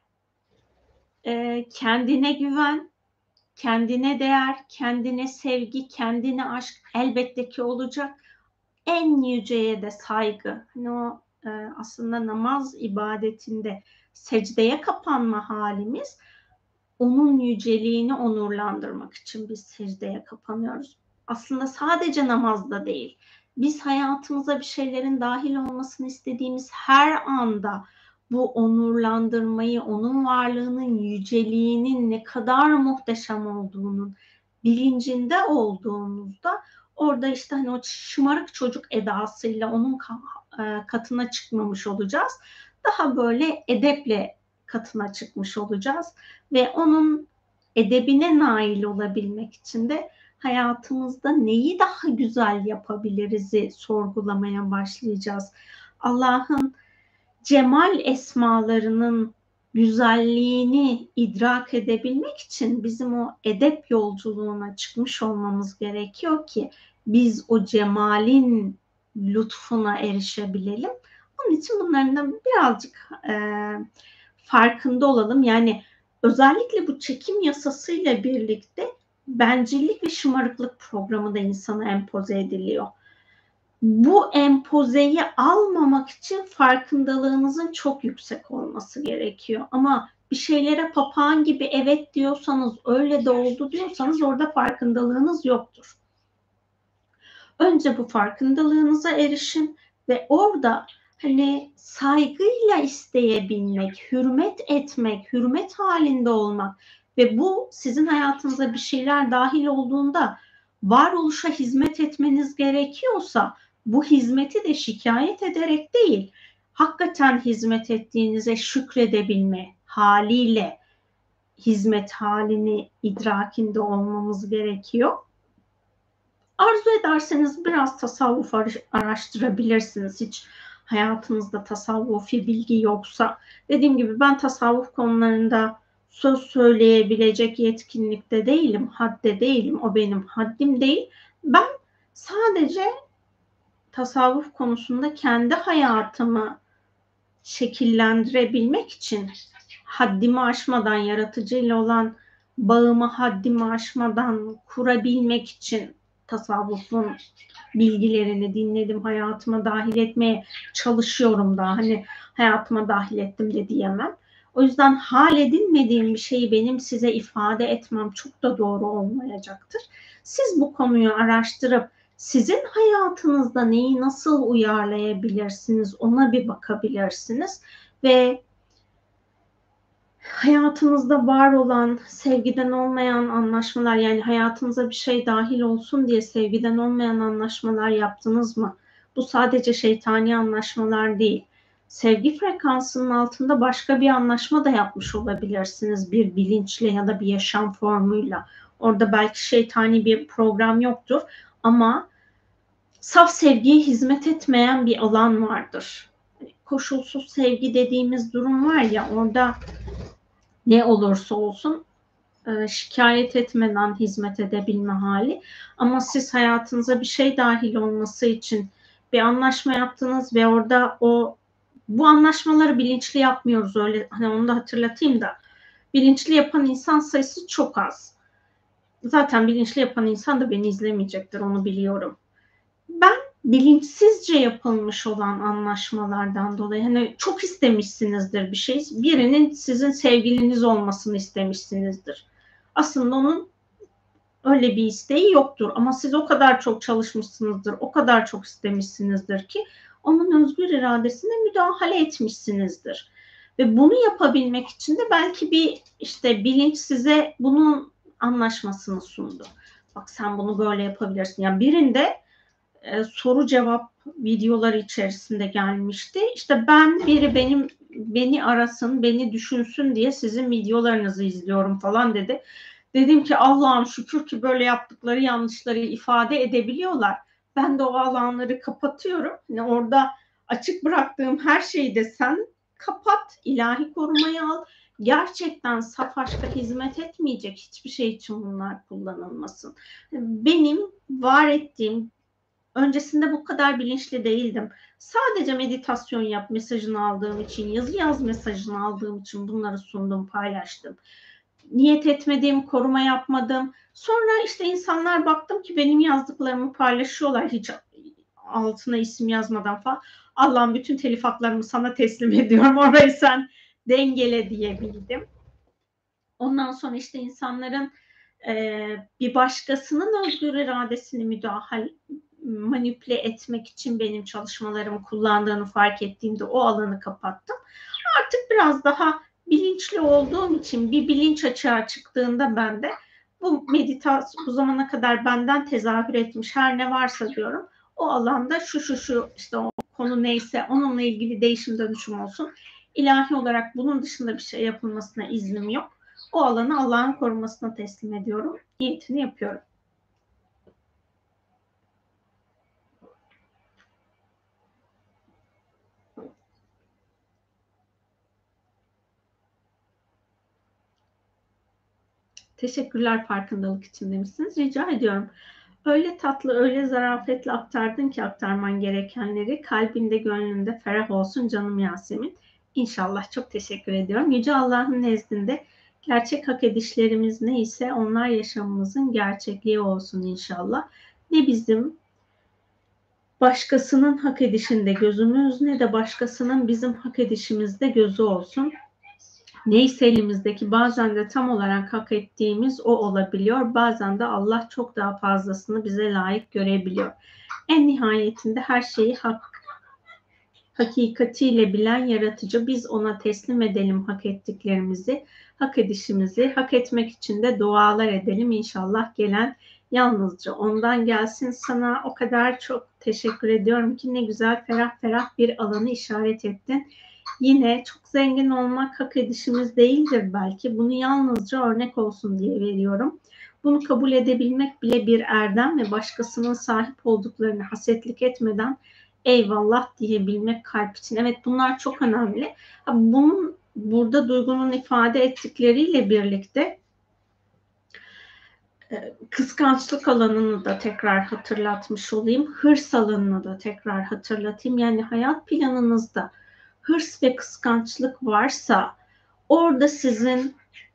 kendine güven, kendine değer, kendine sevgi, kendine aşk elbette ki olacak. En yüceye de saygı. Hani o aslında namaz ibadetinde secdeye kapanma halimiz onun yüceliğini onurlandırmak için biz secdeye kapanıyoruz. Aslında sadece namazda değil. Biz hayatımıza bir şeylerin dahil olmasını istediğimiz her anda bu onurlandırmayı, onun varlığının yüceliğinin ne kadar muhteşem olduğunun bilincinde olduğumuzda orada işte hani o şımarık çocuk edasıyla onun katına çıkmamış olacağız. Daha böyle edeple katına çıkmış olacağız ve onun edebine nail olabilmek için de hayatımızda neyi daha güzel yapabiliriz'i sorgulamaya başlayacağız. Allah'ın cemal esmalarının güzelliğini idrak edebilmek için bizim o edep yolculuğuna çıkmış olmamız gerekiyor ki biz o cemalin lütfuna erişebilelim. Onun için bunların da birazcık farkında olalım. Yani özellikle bu çekim yasasıyla birlikte bencillik ve şımarıklık programı da insana empoze ediliyor. Bu empozeyi almamak için farkındalığınızın çok yüksek olması gerekiyor. Ama bir şeylere papağan gibi evet diyorsanız, öyle de oldu diyorsanız orada farkındalığınız yoktur. Önce bu farkındalığınıza erişin ve orada hani saygıyla isteyebilmek, hürmet etmek, hürmet halinde olmak ve bu sizin hayatınıza bir şeyler dahil olduğunda varoluşa hizmet etmeniz gerekiyorsa bu hizmeti de şikayet ederek değil, hakikaten hizmet ettiğinize şükredebilme haliyle hizmet halini idrakinde olmamız gerekiyor. Arzu ederseniz biraz tasavvuf araştırabilirsiniz. Hiç hayatınızda tasavvufi bilgi yoksa. Dediğim gibi ben tasavvuf konularında söz söyleyebilecek yetkinlikte değilim, hadde değilim. O benim haddim değil. Ben sadece tasavvuf konusunda kendi hayatımı şekillendirebilmek için haddimi aşmadan, yaratıcıyla olan bağımı haddimi aşmadan kurabilmek için tasavvufun bilgilerini dinledim, hayatıma dahil etmeye çalışıyorum da. Hani hayatıma dahil ettim de diyemem. O yüzden hal edinmediğim bir şeyi benim size ifade etmem çok da doğru olmayacaktır. Siz bu konuyu araştırıp sizin hayatınızda neyi nasıl uyarlayabilirsiniz ona bir bakabilirsiniz ve hayatınızda var olan sevgiden olmayan anlaşmalar, yani hayatınıza bir şey dahil olsun diye sevgiden olmayan anlaşmalar yaptınız mı? Bu sadece şeytani anlaşmalar değil. Sevgi frekansının altında başka bir anlaşma da yapmış olabilirsiniz bir bilinçle ya da bir yaşam formuyla. Orada belki şeytani bir program yoktur ama saf sevgiye hizmet etmeyen bir alan vardır. Koşulsuz sevgi dediğimiz durum var ya, orada ne olursa olsun şikayet etmeden hizmet edebilme hali. Ama siz hayatınıza bir şey dahil olması için bir anlaşma yaptınız ve orada bu anlaşmaları bilinçli yapmıyoruz, öyle hani onu da hatırlatayım da. Bilinçli yapan insan sayısı çok az. Zaten bilinçli yapan insan da beni izlemeyecektir, onu biliyorum. Ben bilinçsizce yapılmış olan anlaşmalardan dolayı hani çok istemişsinizdir bir şey. Birinin sizin sevgiliniz olmasını istemişsinizdir. Aslında onun öyle bir isteği yoktur ama siz o kadar çok çalışmışsınızdır, o kadar çok istemişsinizdir ki onun özgür iradesine müdahale etmişsinizdir. Ve bunu yapabilmek için de belki bir işte bilinç size bunun anlaşmasını sundu. Bak sen bunu böyle yapabilirsin. Yani birinde soru cevap videoları içerisinde gelmişti. İşte beni arasın, beni düşünsün diye sizin videolarınızı izliyorum falan dedi. Dedim ki Allah'ım şükür ki böyle yaptıkları yanlışları ifade edebiliyorlar. Ben de o alanları kapatıyorum. Yani orada açık bıraktığım her şeyi de sen kapat, ilahi korumayı al. Gerçekten saf aşka hizmet etmeyecek hiçbir şey için bunlar kullanılmasın. Benim var ettiğim, öncesinde bu kadar bilinçli değildim. Sadece meditasyon yap mesajını aldığım için, yazı yaz mesajını aldığım için bunları sundum, paylaştım. Niyet etmedim, koruma yapmadım. Sonra işte insanlar baktım ki benim yazdıklarımı paylaşıyorlar hiç altına isim yazmadan falan. Allah'ım bütün telif haklarımı sana teslim ediyorum. Orayı sen dengele diyebildim. Ondan sonra işte insanların bir başkasının özgür iradesini manipüle etmek için benim çalışmalarımı kullandığını fark ettiğimde o alanı kapattım. Artık biraz daha bilinçli olduğum için bir bilinç açığa çıktığında ben de bu meditasyon bu zamana kadar benden tezahür etmiş her ne varsa diyorum o alanda şu işte o konu neyse onunla ilgili değişim dönüşüm olsun. İlahi olarak bunun dışında bir şey yapılmasına iznim yok. O alanı Allah'ın korumasına teslim ediyorum. Niyetini yapıyorum. Teşekkürler farkındalık için demişsiniz. Rica ediyorum. Öyle tatlı, öyle zarafetle aktardın ki aktarman gerekenleri. Kalbinde, gönlünde ferah olsun canım Yasemin. İnşallah, çok teşekkür ediyorum. Yüce Allah'ın nezdinde gerçek hak edişlerimiz neyse onlar yaşamımızın gerçekliği olsun inşallah. Ne bizim başkasının hak edişinde gözümüz ne de başkasının bizim hak edişimizde gözü olsun. Neyse elimizdeki, bazen de tam olarak hak ettiğimiz o olabiliyor. Bazen de Allah çok daha fazlasını bize layık görebiliyor. En nihayetinde her şeyi hakikatiyle bilen yaratıcı, biz ona teslim edelim hak ettiklerimizi, hak edişimizi, hak etmek için de dualar edelim. İnşallah gelen yalnızca ondan gelsin. Sana o kadar çok teşekkür ediyorum ki ne güzel ferah ferah bir alanı işaret ettin. Yine çok zengin olmak hak edişimiz değildir belki. Bunu yalnızca örnek olsun diye veriyorum. Bunu kabul edebilmek bile bir erdem ve başkasının sahip olduklarını hasetlik etmeden eyvallah diyebilmek kalp için. Evet, bunlar çok önemli. Bunun burada Duygu'nun ifade ettikleriyle birlikte kıskançlık alanını da tekrar hatırlatmış olayım. Hırs alanını da tekrar hatırlatayım. Yani hayat planınızda hırs ve kıskançlık varsa orada sizin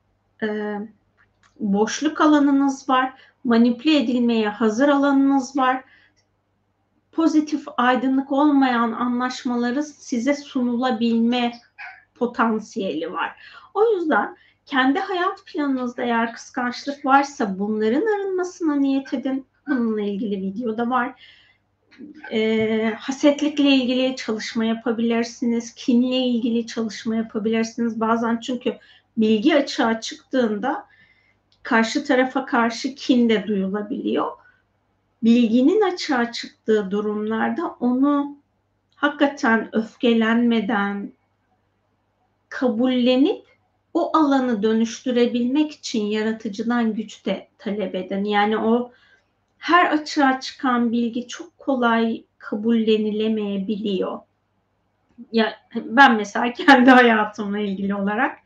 boşluk alanınız var, manipüle edilmeye hazır alanınız var. Pozitif, aydınlık olmayan anlaşmaları size sunulabilme potansiyeli var. O yüzden kendi hayat planınızda eğer kıskançlık varsa bunların arınmasına niyet edin. Bununla ilgili video da var. Hasetlikle ilgili çalışma yapabilirsiniz. Kinle ilgili çalışma yapabilirsiniz. Bazen çünkü bilgi açığa çıktığında karşı tarafa karşı kin de duyulabiliyor. Bilginin açığa çıktığı durumlarda onu hakikaten öfkelenmeden kabullenip o alanı dönüştürebilmek için yaratıcıdan güç de talep edin. Yani o her açığa çıkan bilgi çok kolay kabullenilemeyebiliyor. Ya ben mesela kendi hayatımla ilgili olarak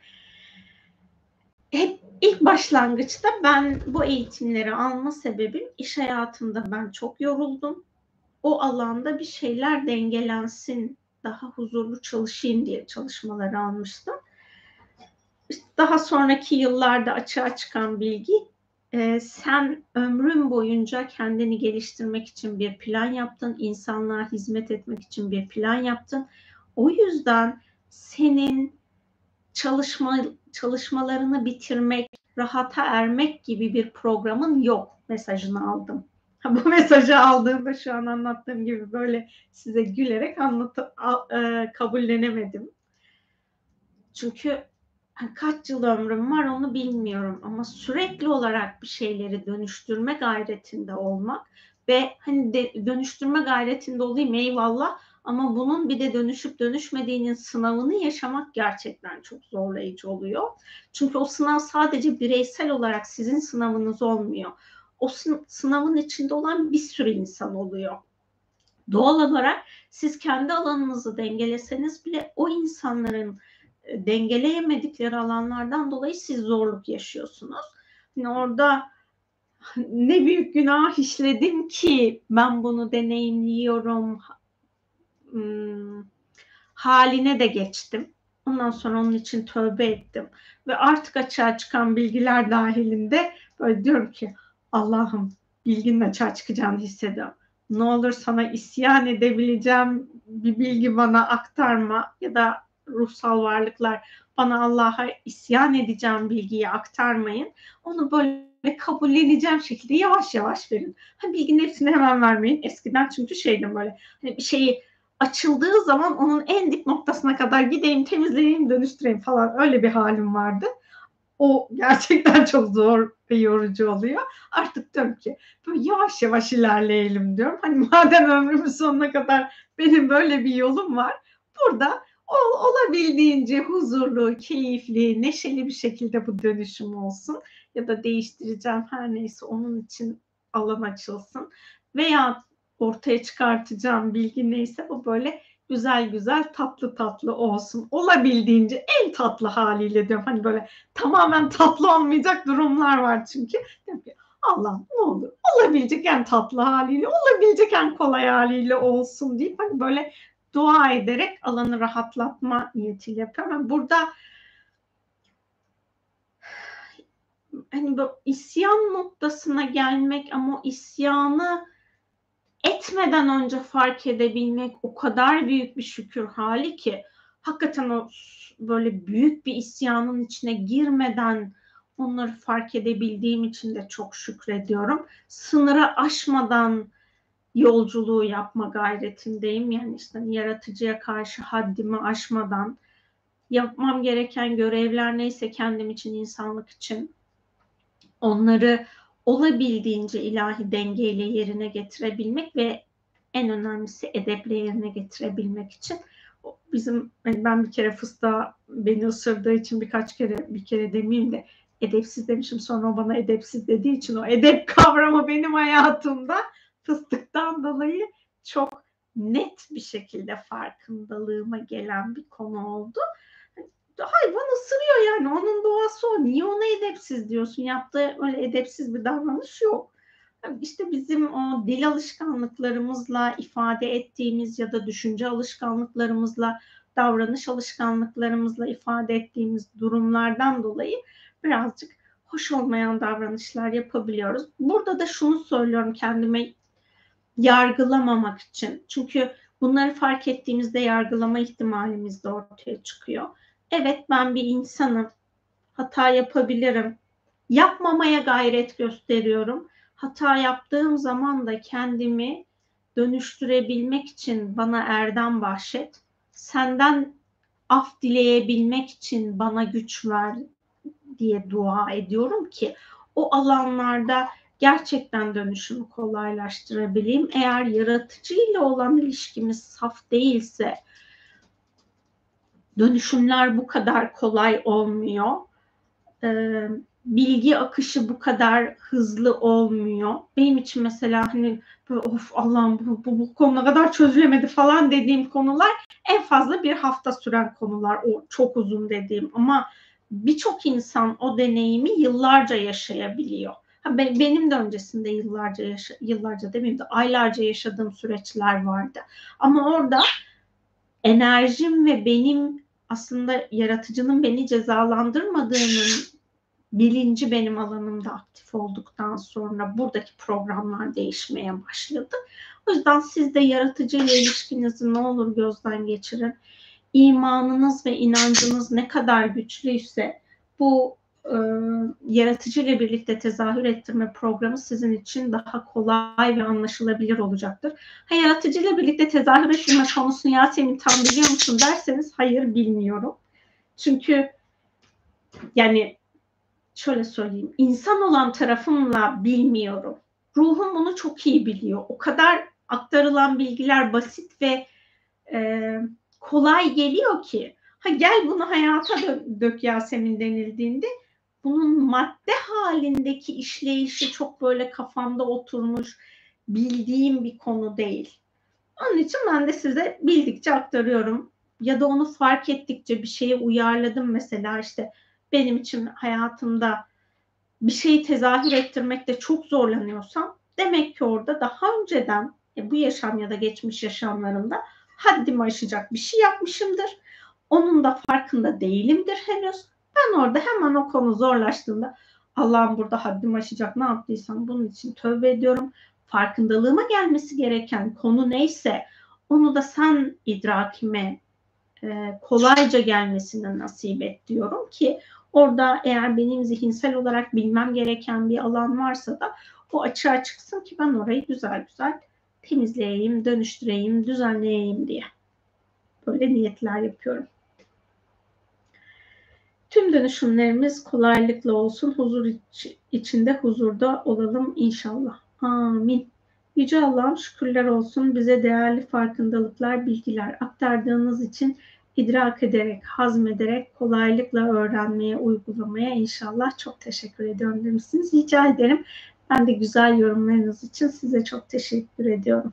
hep ilk başlangıçta ben bu eğitimleri alma sebebim iş hayatımda ben çok yoruldum. O alanda bir şeyler dengelensin, daha huzurlu çalışayım diye çalışmaları almıştım. Daha sonraki yıllarda açığa çıkan bilgi, sen ömrün boyunca kendini geliştirmek için bir plan yaptın, insanlığa hizmet etmek için bir plan yaptın. O yüzden senin çalışmalarını bitirmek, rahata ermek gibi bir programın yok mesajını aldım. Bu mesajı aldığımda şu an anlattığım gibi böyle size gülerek kabullenemedim. Çünkü kaç yıl ömrüm var onu bilmiyorum ama sürekli olarak bir şeyleri dönüştürme gayretinde olmak ve hani dönüştürme gayretinde olayım eyvallah ama bunun bir de dönüşüp dönüşmediğinin sınavını yaşamak gerçekten çok zorlayıcı oluyor. Çünkü o sınav sadece bireysel olarak sizin sınavınız olmuyor. O sınavın içinde olan bir sürü insan oluyor. Doğal olarak siz kendi alanınızı dengeleseniz bile o insanların dengeleyemedikleri alanlardan dolayı siz zorluk yaşıyorsunuz. Yani orada ne büyük günah işledim ki ben bunu deneyimliyorum haline de geçtim. Ondan sonra onun için tövbe ettim. Ve artık açığa çıkan bilgiler dahilinde böyle diyorum ki Allah'ım bilginin açığa çıkacağını hissediyorum. Ne olur sana isyan edebileceğim bir bilgi bana aktarma ya da ruhsal varlıklar bana Allah'a isyan edeceğim bilgiyi aktarmayın. Onu böyle kabulleneceğim şekilde yavaş yavaş verin. Bilginin hepsini hemen vermeyin. Eskiden çünkü şeydim böyle hani bir şeyi açıldığı zaman onun en dip noktasına kadar gideyim, temizleyeyim, dönüştüreyim falan öyle bir halim vardı. O gerçekten çok zor ve yorucu oluyor. Artık diyorum ki böyle yavaş yavaş ilerleyelim diyorum. Hani madem ömrümün sonuna kadar benim böyle bir yolum var. Burada olabildiğince huzurlu, keyifli, neşeli bir şekilde bu dönüşüm olsun. Ya da değiştireceğim her neyse onun için alan açılsın. Veya ortaya çıkartacağım bilgi neyse o böyle güzel güzel tatlı tatlı olsun. Olabildiğince en tatlı haliyle diyorum. Hani böyle tamamen tatlı olmayacak durumlar var çünkü. Allah ne olur olabilecek en tatlı haliyle, olabilecek en kolay haliyle olsun deyip hani böyle dua ederek alanı rahatlatma niyetiyle yapıyorum. Yani burada hani bu isyan noktasına gelmek ama o isyanı etmeden önce fark edebilmek o kadar büyük bir şükür hali ki hakikaten o böyle büyük bir isyanın içine girmeden onları fark edebildiğim için de çok şükrediyorum. Sınırı aşmadan yolculuğu yapma gayretindeyim. Yani işte yaratıcıya karşı haddimi aşmadan yapmam gereken görevler neyse kendim için, insanlık için onları olabildiğince ilahi dengeyle yerine getirebilmek ve en önemlisi edeple yerine getirebilmek için bizim hani ben bir kere fıstığa beni ısırdığı için bir kere demeyeyim de edepsiz demişim, sonra o bana edepsiz dediği için o edep kavramı benim hayatımda fıstıktan dolayı çok net bir şekilde farkındalığıma gelen bir konu oldu. Hayvan ısırıyor yani. Onun doğası o. Niye ona edepsiz diyorsun? Yaptığı öyle edepsiz bir davranış yok. İşte bizim o dil alışkanlıklarımızla ifade ettiğimiz ya da düşünce alışkanlıklarımızla, davranış alışkanlıklarımızla ifade ettiğimiz durumlardan dolayı birazcık hoş olmayan davranışlar yapabiliyoruz. Burada da şunu söylüyorum kendime yargılamamak için. Çünkü bunları fark ettiğimizde yargılama ihtimalimiz de ortaya çıkıyor. Evet, ben bir insanım. Hata yapabilirim. Yapmamaya gayret gösteriyorum. Hata yaptığım zaman da kendimi dönüştürebilmek için bana erdem bahşet. Senden af dileyebilmek için bana güç ver diye dua ediyorum ki o alanlarda gerçekten dönüşümü kolaylaştırabileyim. Eğer yaratıcıyla olan ilişkimiz saf değilse dönüşümler bu kadar kolay olmuyor. Bilgi akışı bu kadar hızlı olmuyor. Benim için mesela hani of Allah'ım bu konu ne kadar çözülemedi falan dediğim konular en fazla bir hafta süren konular. O çok uzun dediğim ama birçok insan o deneyimi yıllarca yaşayabiliyor. Benim de öncesinde yıllarca demeyeyim de aylarca yaşadığım süreçler vardı. Ama orada enerjim ve benim aslında yaratıcının beni cezalandırmadığının bilinci benim alanımda aktif olduktan sonra buradaki programlar değişmeye başladı. O yüzden siz de yaratıcıyla ilişkinizi ne olur gözden geçirin. İmanınız ve inancınız ne kadar güçlüyse bu yaratıcıyla birlikte tezahür ettirme programı sizin için daha kolay ve anlaşılabilir olacaktır. Yaratıcıyla birlikte tezahür ettirme konusunu Yasemin tam biliyor musun derseniz hayır bilmiyorum. Çünkü yani şöyle söyleyeyim, insan olan tarafımla bilmiyorum. Ruhum bunu çok iyi biliyor. O kadar aktarılan bilgiler basit ve kolay geliyor ki. Gel bunu hayata dök Yasemin denildiğinde bunun madde halindeki işleyişi çok böyle kafamda oturmuş bildiğim bir konu değil. Onun için ben de size bildikçe aktarıyorum. Ya da onu fark ettikçe bir şeye uyarladım mesela işte benim için hayatımda bir şeyi tezahür ettirmekte çok zorlanıyorsam demek ki orada daha önceden bu yaşam ya da geçmiş yaşamlarımda haddimi aşacak bir şey yapmışımdır. Onun da farkında değilimdir henüz. Ben orada hemen o konu zorlaştığında Allah'ım burada haddimi aşacak ne yaptıysam bunun için tövbe ediyorum. Farkındalığıma gelmesi gereken konu neyse onu da sen idrakime kolayca gelmesini nasip et diyorum ki orada eğer benim zihinsel olarak bilmem gereken bir alan varsa da o açığa çıksın ki ben orayı güzel güzel temizleyeyim, dönüştüreyim, düzenleyeyim diye. Böyle niyetler yapıyorum. Tüm dönüşümlerimiz kolaylıkla olsun, huzur içinde huzurda olalım inşallah. Amin. Yüce Allah'ım şükürler olsun bize değerli farkındalıklar, bilgiler aktardığınız için idrak ederek, hazmederek, kolaylıkla öğrenmeye, uygulamaya inşallah çok teşekkür ediyorum demişsiniz. Rica ederim. Ben de güzel yorumlarınız için size çok teşekkür ediyorum.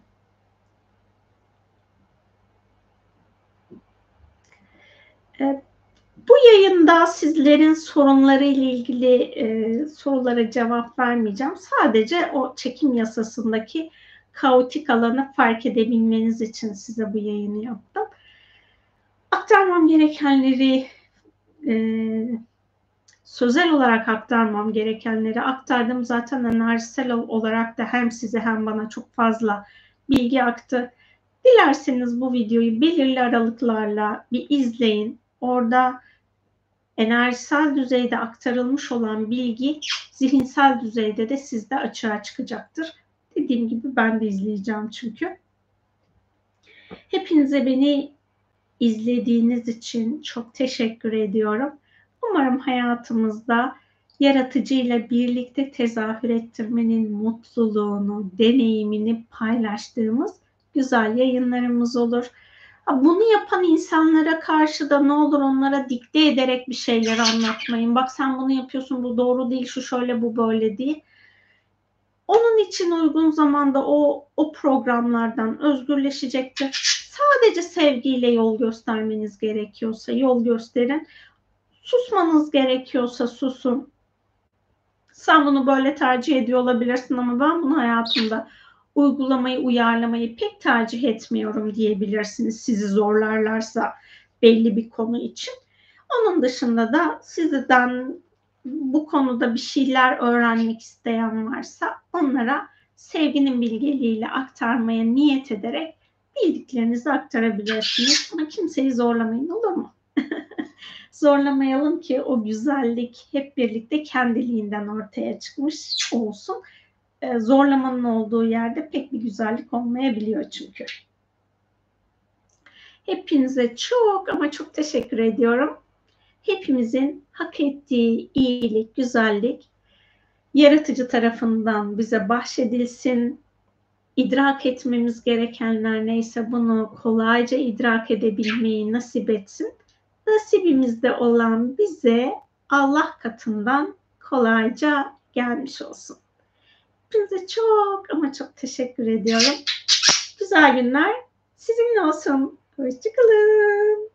Evet. Bu yayında sizlerin sorunları ile ilgili sorulara cevap vermeyeceğim. Sadece o çekim yasasındaki kaotik alanı fark edebilmeniz için size bu yayını yaptım. Aktarmam gerekenleri, sözel olarak aktarmam gerekenleri aktardım. Zaten enerjisel olarak da hem size hem bana çok fazla bilgi aktı. Dilerseniz bu videoyu belirli aralıklarla bir izleyin. Orada enerjisel düzeyde aktarılmış olan bilgi zihinsel düzeyde de sizde açığa çıkacaktır. Dediğim gibi ben de izleyeceğim çünkü. Hepinize beni izlediğiniz için çok teşekkür ediyorum. Umarım hayatımızda yaratıcıyla birlikte tezahür ettirmenin mutluluğunu, deneyimini paylaştığımız güzel yayınlarımız olur. Bunu yapan insanlara karşı da ne olur onlara dikte ederek bir şeyler anlatmayın. Bak sen bunu yapıyorsun, bu doğru değil, şu şöyle, bu böyle değil. Onun için uygun zamanda o programlardan özgürleşecektir. Sadece sevgiyle yol göstermeniz gerekiyorsa yol gösterin. Susmanız gerekiyorsa susun. Sen bunu böyle tercih ediyor olabilirsin ama ben bunu hayatımda uygulamayı, uyarlamayı pek tercih etmiyorum diyebilirsiniz. Sizi zorlarlarsa belli bir konu için. Onun dışında da sizden bu konuda bir şeyler öğrenmek isteyen varsa onlara sevginin bilgeliğiyle aktarmaya niyet ederek bildiklerinizi aktarabilirsiniz. Ama kimseyi zorlamayın, olur mu? Zorlamayalım ki o güzellik hep birlikte kendiliğinden ortaya çıkmış olsun. Zorlamanın olduğu yerde pek bir güzellik olmayabiliyor çünkü. Hepinize çok ama çok teşekkür ediyorum. Hepimizin hak ettiği iyilik, güzellik yaratıcı tarafından bize bahşedilsin. İdrak etmemiz gerekenler neyse bunu kolayca idrak edebilmeyi nasip etsin. Nasibimizde olan bize Allah katından kolayca gelmiş olsun. Hepinize çok ama çok teşekkür ediyorum. Güzel günler sizinle olsun. Hoşçakalın.